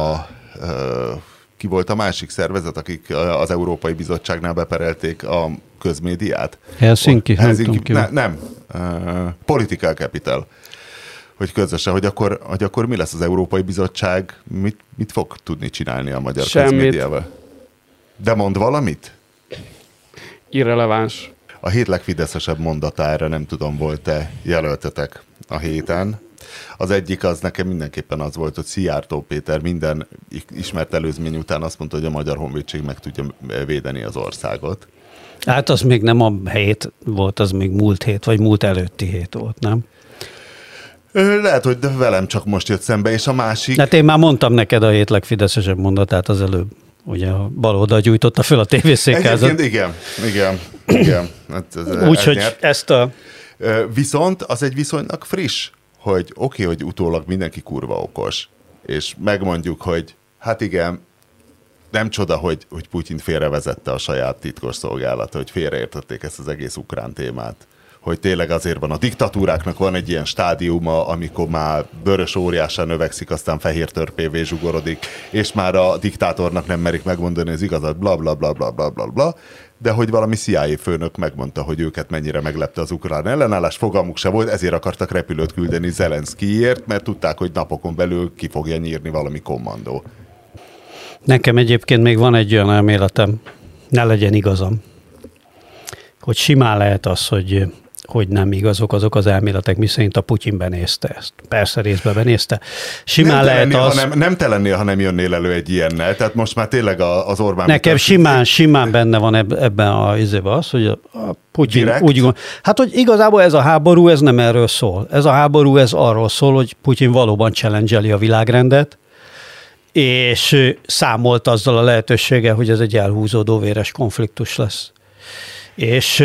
ki volt a másik szervezet, akik az Európai Bizottságnál beperelték a közmédiát? Helsinki? Nem. Political Capital. Hogy közösen, hogy akkor mi lesz az Európai Bizottság, mit fog tudni csinálni a magyar közmédiával? De mond valamit? irreleváns. A hét legfideszesebb mondatára nem tudom, volt-e jelöltetek a héten. Az egyik az nekem mindenképpen az volt, hogy Szijjártó Péter minden ismert előzmény után azt mondta, hogy a Magyar Honvédség meg tudja védeni az országot. Hát az még nem a hét volt, az még múlt hét, vagy múlt előtti hét volt, nem? Lehet, hogy velem csak most jött szembe, és a másik... Hát én már mondtam neked a hét legfideszesebb mondatát az előbb. Ugye a bal oldal gyújtotta fel a tévészékházat. Igen. Úgyhogy ezt a... Viszont az egy viszonylag friss, hogy oké, hogy utólag mindenki kurva okos, és megmondjuk, hogy hát igen, nem csoda, hogy Putyin félrevezette a saját titkosszolgálata, hogy félreértették ezt az egész ukrán témát. Hogy tényleg azért van, a diktatúráknak van egy ilyen stádiuma, amikor már vörös óriásán növekszik, aztán fehér törpévé zsugorodik, és már a diktátornak nem merik megmondani az igazat, bla bla bla bla bla bla bla, de hogy valami CIA főnök megmondta, hogy őket mennyire meglepte az ukrán ellenállás, fogalmuk se volt, ezért akartak repülőt küldeni Zelenszkijért, mert tudták, hogy napokon belül ki fogja nyírni valami kommandó. Nekem egyébként még van egy olyan elméletem, ne legyen igazam, hogy simán lehet az, hogy nem igazok azok az elméletek, miszerint a Putyin benézte ezt. Persze részben benézte. Simán lehet az... Nem te lennél, ha nem jönnél elő egy ilyennel. Tehát most már tényleg az Orbán... Nekem simán benne van ebben az, hogy a Putyin direkt? úgy gondol... Hát, hogy igazából ez a háború, ez nem erről szól. Ez a háború, ez arról szól, hogy Putyin valóban challenge-eli a világrendet, és számolt azzal a lehetőséggel, hogy ez egy elhúzódó véres konfliktus lesz. És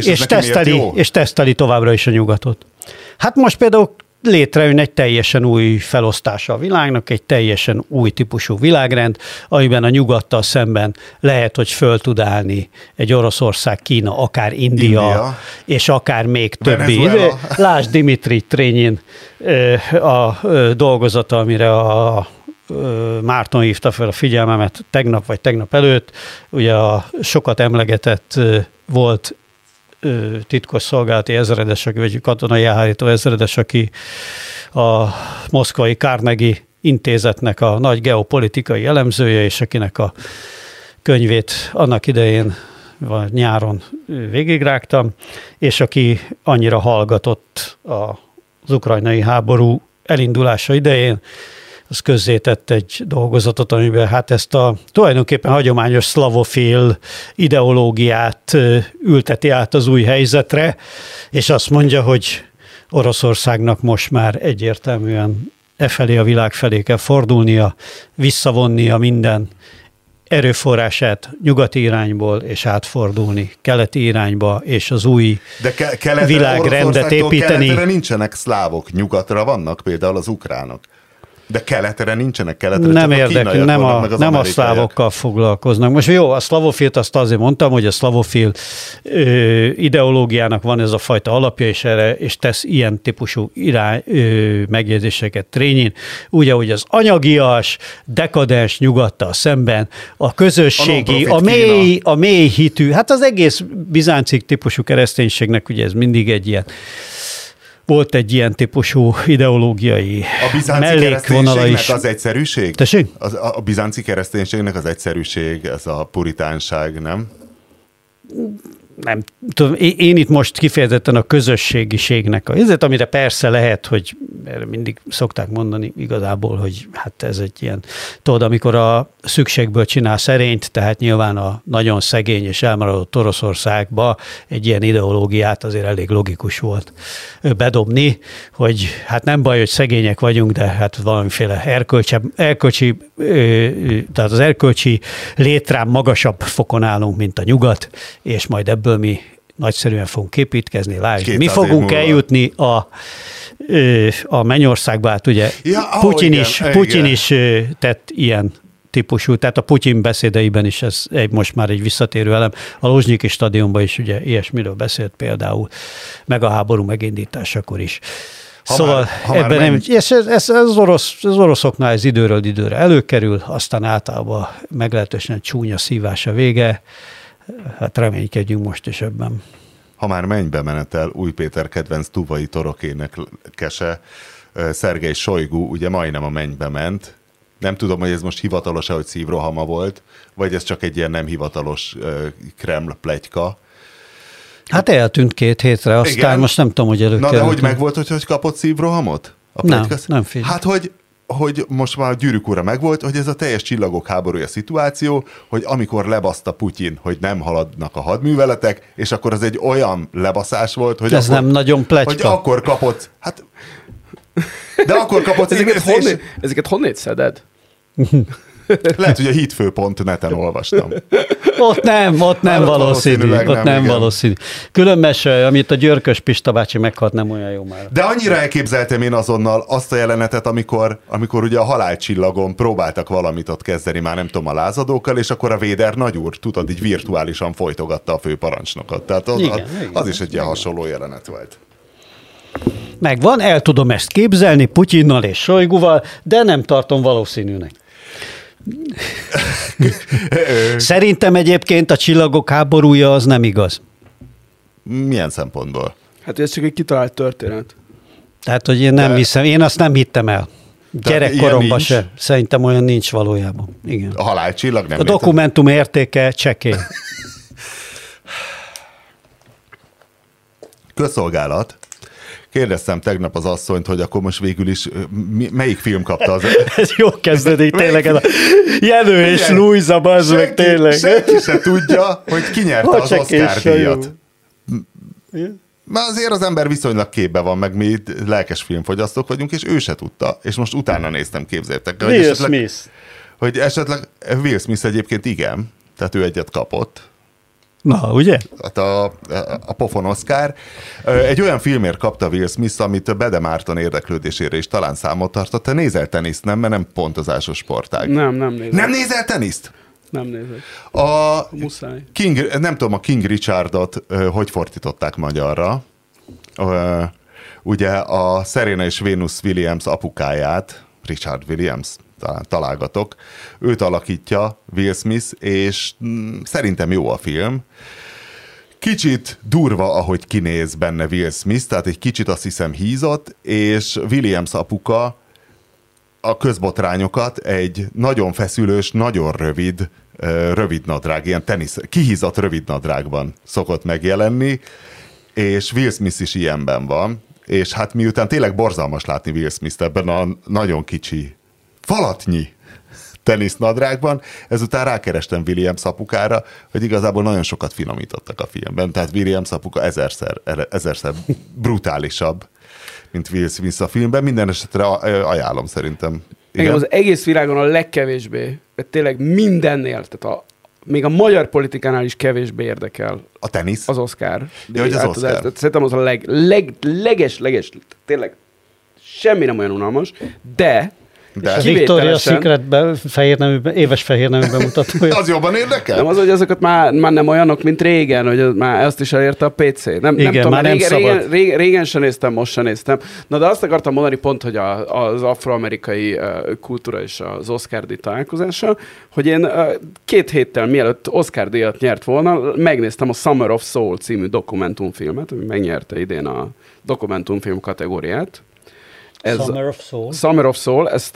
teszteli továbbra is a nyugatot. Hát most például létrejön egy teljesen új felosztása a világnak, egy teljesen új típusú világrend, amiben a nyugattal szemben lehet, hogy föl tud állni egy Oroszország, Kína, akár India. És akár még többi. Lásd Dimitri Trényin a dolgozata, amire a Márton hívta fel a figyelmemet tegnap vagy tegnap előtt, ugye a sokat emlegetett volt titkosszolgálati ezredes, vagy katonai elhárító ezredes, aki a moszkvai Carnegie intézetnek a nagy geopolitikai elemzője, és akinek a könyvét annak idején nyáron végigrágtam, és aki annyira hallgatott az ukrajnai háború elindulása idején, az közzétett egy dolgozatot, amiben hát ezt a tulajdonképpen hagyományos szlavofil ideológiát ülteti át az új helyzetre, és azt mondja, hogy Oroszországnak most már egyértelműen felé a világ felé kell fordulnia, visszavonnia minden erőforrását nyugati irányból, és átfordulni keleti irányba, és az új világrendet építeni. Keletre nincsenek szlávok, nyugatra vannak például az ukránok. De keletre nincsenek, nem érdekel, nem a szlávokkal foglalkoznak. Most jó, a szlavofilt azt azért mondtam, hogy a szlavofil ideológiának van ez a fajta alapja, és tesz ilyen típusú megjegyzéseket Trényin. Úgy, ahogy az anyagias, dekadens nyugattal szemben, a közösségi, a mély hitű, hát az egész bizánci típusú kereszténységnek ugye ez mindig egy ilyen volt egy ilyen típusú ideológiai mellékvonala is. Az egyszerűség? Tessék? A bizánci kereszténységnek az egyszerűség, ez a puritánság, nem? Nem tudom, én itt most kifejezetten a közösségiségnek ezért, amire persze lehet, hogy erre mindig szokták mondani igazából, hogy hát ez egy ilyen, tudod, amikor a szükségből csinál szerényt, tehát nyilván a nagyon szegény és elmaradott Oroszországba egy ilyen ideológiát azért elég logikus volt bedobni, hogy hát nem baj, hogy szegények vagyunk, de hát valamiféle erkölcsi, tehát az erkölcsi létrám magasabb fokon állunk, mint a nyugat, és majd ebből mi nagyszerűen fogunk építkezni, lásd. Mi fogunk eljutni a mennyországba, hát ugye Putyin is tett ilyen típusú, tehát a Putyin beszédeiben is ez most már egy visszatérő elem. A Luzsnyiki stadionban is ugye ilyesmiről beszélt például, meg a háború megindításakor is. Az oroszoknál ez időről időre előkerül, aztán általában meglehetősen csúnya szívás a vége. Hát reménykedjünk most is ebben. Ha már mennybe menetel, Új Péter kedvenc tuvai torokénekese, Szergej Sojgu ugye majdnem a mennybe ment. Nem tudom, hogy ez most hivatalos-e, hogy szívrohama volt, vagy ez csak egy ilyen nem hivatalos Kreml pletyka, Hát eltűnt 2 hétre, aztán Igen. most nem tudom, hogy előkerült. Na de hogy megvolt, hogy kapott szívrohamot? Nem figyelj. Hát, hogy most már a Gyűrűk ura megvolt, hogy ez a teljes csillagok háborúja szituáció, hogy amikor lebaszta Putyin, hogy nem haladnak a hadműveletek, és akkor az egy olyan lebaszás volt, hogy ez akkor, nem nagyon pletyka. hogy akkor kapott, hát de akkor kapott Ezeket honnét szeded? Lehet, hogy a hitfő.net-en olvastam. Ott nem valószínű. Ott nem valószínű. Különben se, amit a Györkös Pista bácsi meghalt, nem olyan jó már. De annyira elképzeltem én azonnal azt a jelenetet, amikor ugye a halálcsillagon próbáltak valamit ott kezdeni, már nem tudom, a lázadókkal, és akkor a Véder nagyúr, tudod, így virtuálisan folytogatta a főparancsnokot. Tehát az is egy ilyen hasonló jelenet volt. Megvan, el tudom ezt képzelni Putyinnal és Sojguval, de nem tartom valószínűnek. Szerintem egyébként a csillagok háborúja az nem igaz. Milyen szempontból? Hát ez csak egy kitalált történet. Tehát, hogy én nem hiszem, én azt nem hittem el. Gyerekkoromban se. Szerintem olyan nincs valójában. Igen. A halálcsillag nem. A dokumentum értéke csekély. Közszolgálat. Kérdeztem tegnap az asszonyt, hogy akkor most végül is melyik film kapta az... Ez jó kezdődik, tényleg ez a Jenő és Luisa, bazd meg, tényleg. Senki se tudja, hogy ki nyerte az Oscar-díjat. Már azért az ember viszonylag képbe van, meg mi lelkes filmfogyasztók vagyunk, és ő se tudta, és most utána néztem, képzeljétek. Will Smith. Hogy esetleg Will Smith egyébként igen, tehát ő egyet kapott. Na, ugye? Hát a pofon Oscar. Egy olyan filmért kapta Will Smith, amit Bede Márton érdeklődésére is talán számot tartott. Te nézel teniszt, nem? Mert nem pontozásos sportág. Nem nézek. Nem nézel teniszt? Nem nézek. Muszáj. Nem tudom, a King Richardot hogy fordították magyarra. Ugye a Serena és Venus Williams apukáját, Richard Williams, találgatok, őt alakítja Will Smith, és szerintem jó a film. Kicsit durva, ahogy kinéz benne Will Smith, tehát egy kicsit azt hiszem hízott, és Williams apuka a közbotrányokat egy nagyon feszülős, nagyon rövid nadrág, ilyen kihízott rövid nadrágban szokott megjelenni, és Will Smith is ilyenben van, és hát miután tényleg borzalmas látni Will Smith ebben a nagyon kicsi falatnyi tenisznadrágban, ezután rákerestem Williams apukára, hogy igazából nagyon sokat finomítottak a filmben, tehát Williams apuka ezerszer brutálisabb, mint Will Smith a filmben, minden esetre ajánlom szerintem. Igen, az egész világon a legkevésbé, tényleg mindennél, tehát még a magyar politikánál is kevésbé érdekel a tenisz? Az Oscar. Ja, hogy az Oscar. Szerintem az a leges, tényleg semmi nem olyan unalmas, de a Victoria's Secretben éves fehér nemű bemutatója. Az jobban érdekel? Nem az, hogy azokat már nem olyanok, mint régen, hogy már ezt is elérte a PC. Nem tudom, már nem szabad. Régen sem néztem, most sem néztem. Na de azt akartam mondani pont, hogy az afroamerikai kultúra és az Oscar-díj találkozása, hogy én 2 héttel mielőtt Oscar-díjat nyert volna, megnéztem a Summer of Soul című dokumentumfilmet, ami megnyerte idén a dokumentumfilm kategóriát. Summer of Soul, ezt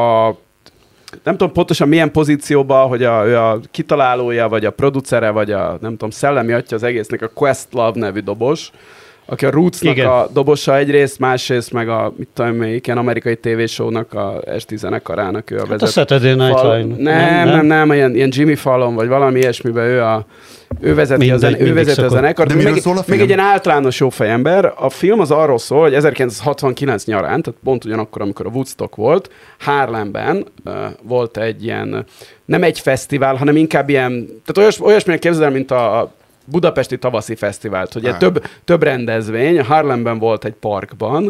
nem tudom pontosan milyen pozícióban, hogy ő a kitalálója, vagy a producere, vagy a nem tudom, szellemi atya az egésznek a Questlove nevű dobos, aki a Rootsnak a dobosa egyrészt, másrészt meg a, mit tudom, melyik ilyen amerikai tévésónak a esti zenekarának ő a vezető. A Saturday Night Live. Nem, ilyen Jimmy Fallon, vagy valami ilyesmiben ő vezeti a zenekart. Még egy ilyen általános jó fejember. A film az arról szól, hogy 1969 nyarán, tehát pont ugyanakkor, amikor a Woodstock volt, Harlemben volt egy ilyen, nem egy fesztivál, hanem inkább ilyen, tehát olyasmilyen képzel, mint a budapesti tavaszi fesztivált, hogy több rendezvény, Harlemben volt egy parkban,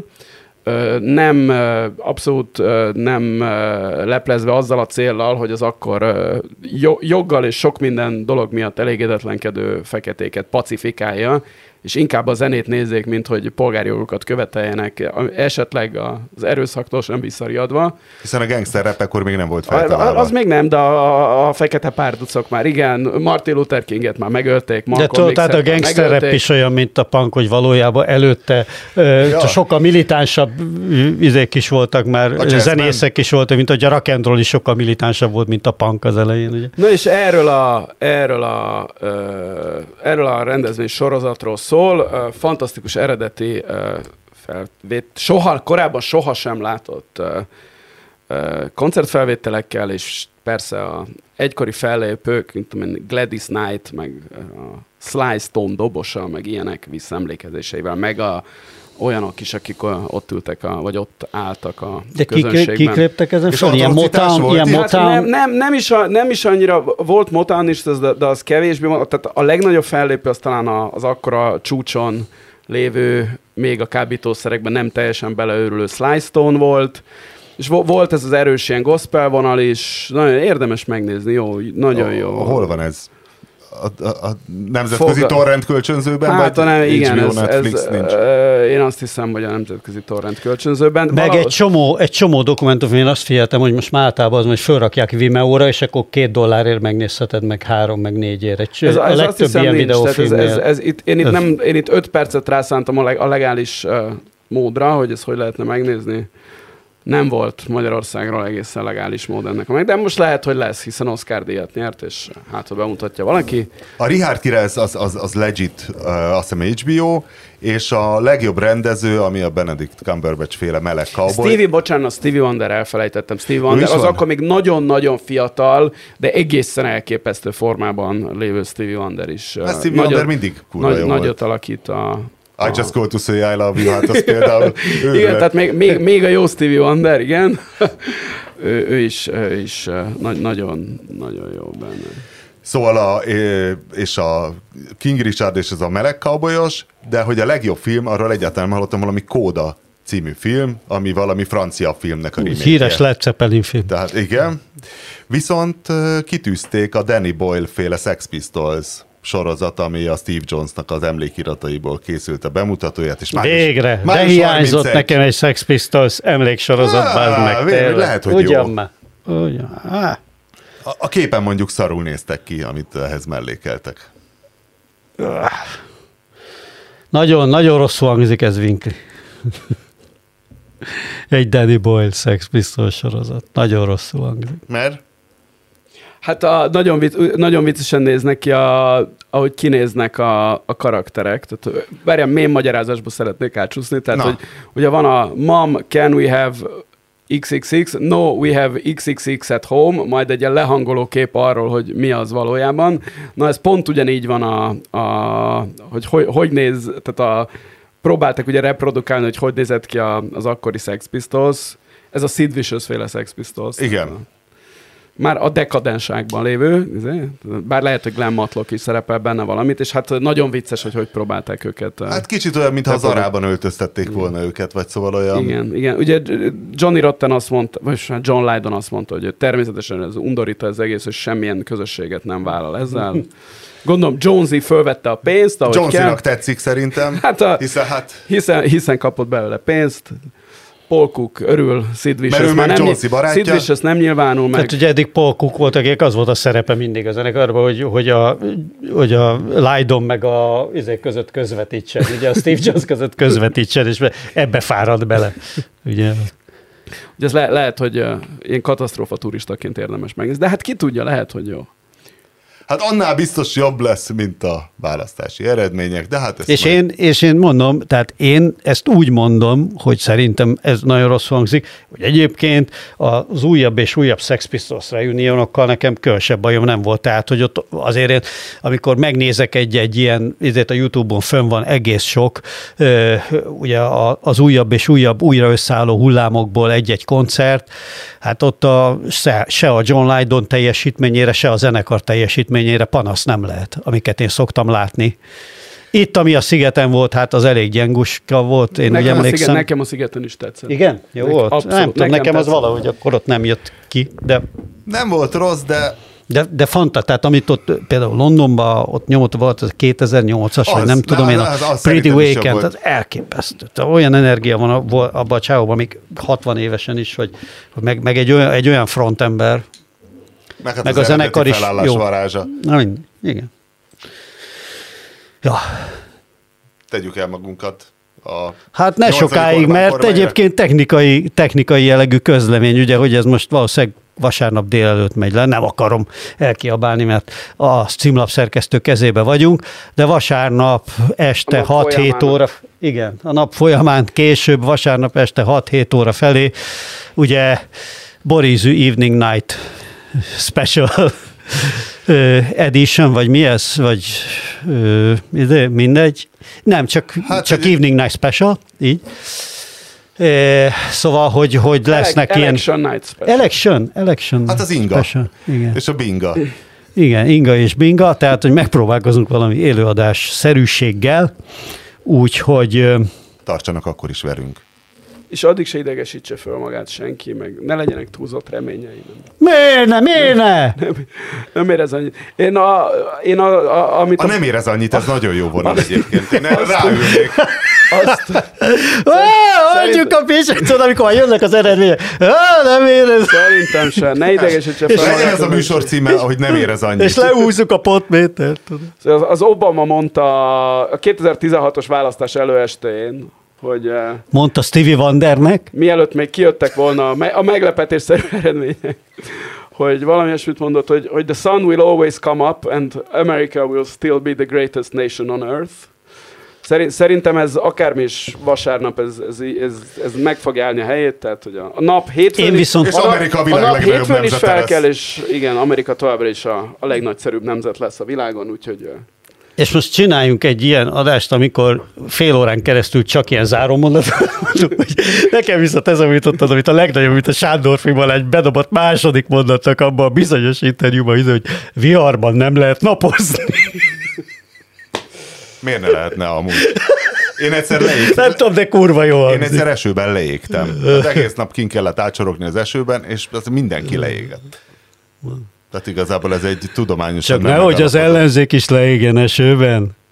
abszolút nem leplezve azzal a céllal, hogy az akkor joggal és sok minden dolog miatt elégedetlenkedő feketéket pacifikálja, és inkább a zenét nézzék, mint hogy polgári jogokat követeljenek, esetleg az erőszaktól sem visszariadva. Hiszen a gangster rap akkor még nem volt feltalálva. Az még nem, de a fekete párducok már igen, Martin Luther Kinget már megölték, Malcolm X-et tehát a gangster rap is olyan, mint a punk, hogy valójában előtte sokkal militánsabb izék is voltak már, zenészek is voltak, mint hogy a rock and roll is sokkal militánsabb volt, mint a punk az elején. Ugye? Na és erről a rendezvény sorozatról szól, fantasztikus eredeti korábban sohasem látott koncertfelvételekkel, és persze a egykori fellépők, mint Gladys Knight, meg a Sly Stone dobosa, meg ilyenek visszaemlékezéseivel, meg olyanok is, akik ott ültek, vagy ott álltak a közönségben. De kik léptek ezen fel? Ilyen Motown? Hát nem is annyira, volt Motown is, de az kevésbé volt. Tehát a legnagyobb fellépő az talán az akkora csúcson lévő, még a kábítószerekben nem teljesen beleőrülő Sly Stone volt, és volt ez az erős ilyen gospel vonal is, nagyon érdemes megnézni, jó, nagyon jó. Hol van ez? A nemzetközi torrent kölcsönzőben? Hát, vagy nem, igen, Netflix nincs? Én azt hiszem, hogy a nemzetközi torrent kölcsönzőben. Meg egy csomó dokumentum, én azt figyeltem, hogy most már általában az, hogy fölrakják Vimeo-ra, és akkor $2 megnézheted, meg 3, meg 4-ért. A legtöbb ilyen videófilmnél. Én itt 5 percet rászántam a legális módra, hogy ezt hogy lehetne megnézni. Nem volt Magyarországról egészen legális mód ennek meg, de most lehet, hogy lesz, hiszen Oscar-díjat nyert, és hát, ha bemutatja valaki. A Richard király az legit, azt hiszem HBO, és a legjobb rendező, ami a Benedict Cumberbatch féle meleg cowboy. Stevie Wonder, elfelejtettem. Stevie Wonder, az akkor még nagyon-nagyon fiatal, de egészen elképesztő formában lévő Stevie Wonder is. Stevie Wonder mindig kurva jó nagyot alakít I just go to say I love you, hát az például igen, tehát még a jó Stevie Wonder, igen. ő is nagyon jó benne. Szóval és a King Richard és ez a meleg cowboyos, de hogy a legjobb film, arról egyáltalán hallottam, valami Kóda című film, ami valami francia filmnek a remake-je. Híres Led Zeppelin film. Tehát igen. Viszont kitűzték a Danny Boyle féle Sex Pistols sorozat, ami a Steve Jonesnak az emlékirataiból készült a bemutatóját. És végre! De hiányzott 31. nekem egy Sex Pistols emléksorozat, bázd meg. Lehet, hogy ugyan jó. Már. A képen mondjuk szarul néztek ki, amit ehhez mellékeltek. Nagyon, nagyon rosszul hangzik ez, Winkli. Egy Danny Boyle Sex Pistols sorozat. Nagyon rosszul hangzik. Mert? Hát nagyon viccesen néznek ki, ahogy kinéznek a karakterek. Tehát, várjál, mém magyarázásból szeretnék átsúszni. Tehát, hogy ugye van a Mom, can we have XXX? No, we have XXX at home. Majd egy ilyen lehangoló kép arról, hogy mi az valójában. Na, ez pont ugyanígy van, hogy néz, tehát próbáltak ugye reprodukálni, hogy nézett ki az akkori Sex Pistols. Ez a Sid Vicious féle Sex Pistols. Igen. Már a dekadenságban lévő, bár lehet, hogy Glenn Matlock is szerepel benne valamit, és hát nagyon vicces, hogy próbálták őket. Hát kicsit olyan, mintha az Arában öltöztették volna őket, vagy szóval olyan... Igen. Ugye Johnny Rotten azt mondta, vagy John Lydon azt mondta, hogy természetesen ez undorító az egész, hogy semmilyen közösséget nem vállal ezzel. Gondolom, Jonesy fölvette a pénzt, ahogy Jonesy-nak tetszik szerintem, hiszen kapott belőle pénzt. Paul Cook örül, Sid Vicious már nem, Sid Vicious nem nyilvánul meg. Tehát ugye eddig Paul Cook volt, akik az volt a szerepe mindig a zenekarban, hogy a Lydon meg a között közvetítsen, ugye a Steve Jones között közvetítsen, és ebbe fárad bele. Ugye ez lehet, hogy ilyen katasztrófa turistaként érdemes megnézni, de hát ki tudja, lehet, hogy jó. Hát annál biztos jobb lesz, mint a választási eredmények, de hát ezt és én mondom, tehát én ezt úgy mondom, hogy szerintem ez nagyon rossz hangzik, hogy egyébként az újabb és újabb Sex Pistols reunionokkal nekem különösebb bajom nem volt. Tehát, hogy ott azért én, amikor megnézek egy ilyen, ezért a YouTube-on fönn van egész sok, ugye az újabb és újabb újra összeálló hullámokból egy-egy koncert, hát ott se a John Lydon teljesítményére, se a zenekar teljesítményére panasz nem lehet, amiket én szoktam látni. Itt, ami a Szigeten volt, hát az elég gyenguska volt, én úgy emlékszem. Nekem a Szigeten is tetszett. Igen? Jó volt? Abszolút, nem tudom, nekem az valahogy akkor ott nem jött ki, de... Nem volt rossz, de... De fantasztikus, tehát amit ott például Londonban ott nyomott volt, az 2008-as, vagy nem tudom én, a Pretty Weekend, az elképesztő. Tehát olyan energia van abban a csávóban, még 60 évesen is, hogy meg egy olyan frontember, meg a zenekar is jó. Varázsa. Na, igen. Ja. Tegyük el magunkat. Hát ne sokáig, mert egyébként technikai jellegű közlemény, ugye, hogy ez most valószínűleg vasárnap délelőtt megy le, nem akarom elkiabálni, mert a címlap szerkesztő kezébe vagyunk, de vasárnap este 6-7 óra, igen, a nap folyamán később, vasárnap este 6-7 óra felé, ugye Borizű Evening Night Special edition, vagy mi ez? Vagy mindegy. Nem, csak Evening Night Special, így. Szóval, hogy lesznek Election ilyen... Night Special. Election. Hát az Inga. Special. Igen. És a Binga. Igen, Inga és Binga, tehát, hogy megpróbálkozunk valami élőadás szerűséggel, úgyhogy... Tartsanak akkor is velünk. És addig se idegesítse föl magát senki, meg ne legyenek túlzott reményei. Miért ne? Nem érez annyit. Amit nem érez annyit, ez nagyon jó vonal egyébként. Én ráülnék. Hagyjuk a picset, amikor jönnek az eredmények. Nem érez. Szerintem sem. Ne idegesítse föl magát. Legyen ez a műsor címe, hogy nem érez annyit. És lehúzzuk a potmétert. Az Obama mondta a 2016-os választás előestén, hogy... Mondta Stevie Wondernek. Mielőtt még kijöttek volna a meglepetésszerű eredmények, hogy valami olyasmit mondott, hogy the sun will always come up and America will still be the greatest nation on earth. Szerintem ez akármi is vasárnap, ez meg fog állni a helyét, tehát hogy a nap hétfőn és Amerika a világ legnagyobb nemzete is fel lesz. kell, és igen, Amerika továbbra is a legnagyszerűbb nemzet lesz a világon, úgyhogy... És most csináljunk egy ilyen adást, amikor fél órán keresztül csak ilyen zárómondatot mondunk, hogy nekem viszont ez, amit jutottad, amit a legnagyobb, mint a Sándor egy bedobott második mondatnak abban a bizonyos interjúban, hogy viharban nem lehet napozni. Miért ne lehetne amúgy? Én egyszer leégtem. Nem tudom, de kurva jó hangzik. Én egyszer esőben leégtem. Az egész nap kint kellett ácsorogni az esőben, és mindenki leégett. Tehát igazából ez egy tudományos... Csak nehogy az ellenzék is leégjen esőben.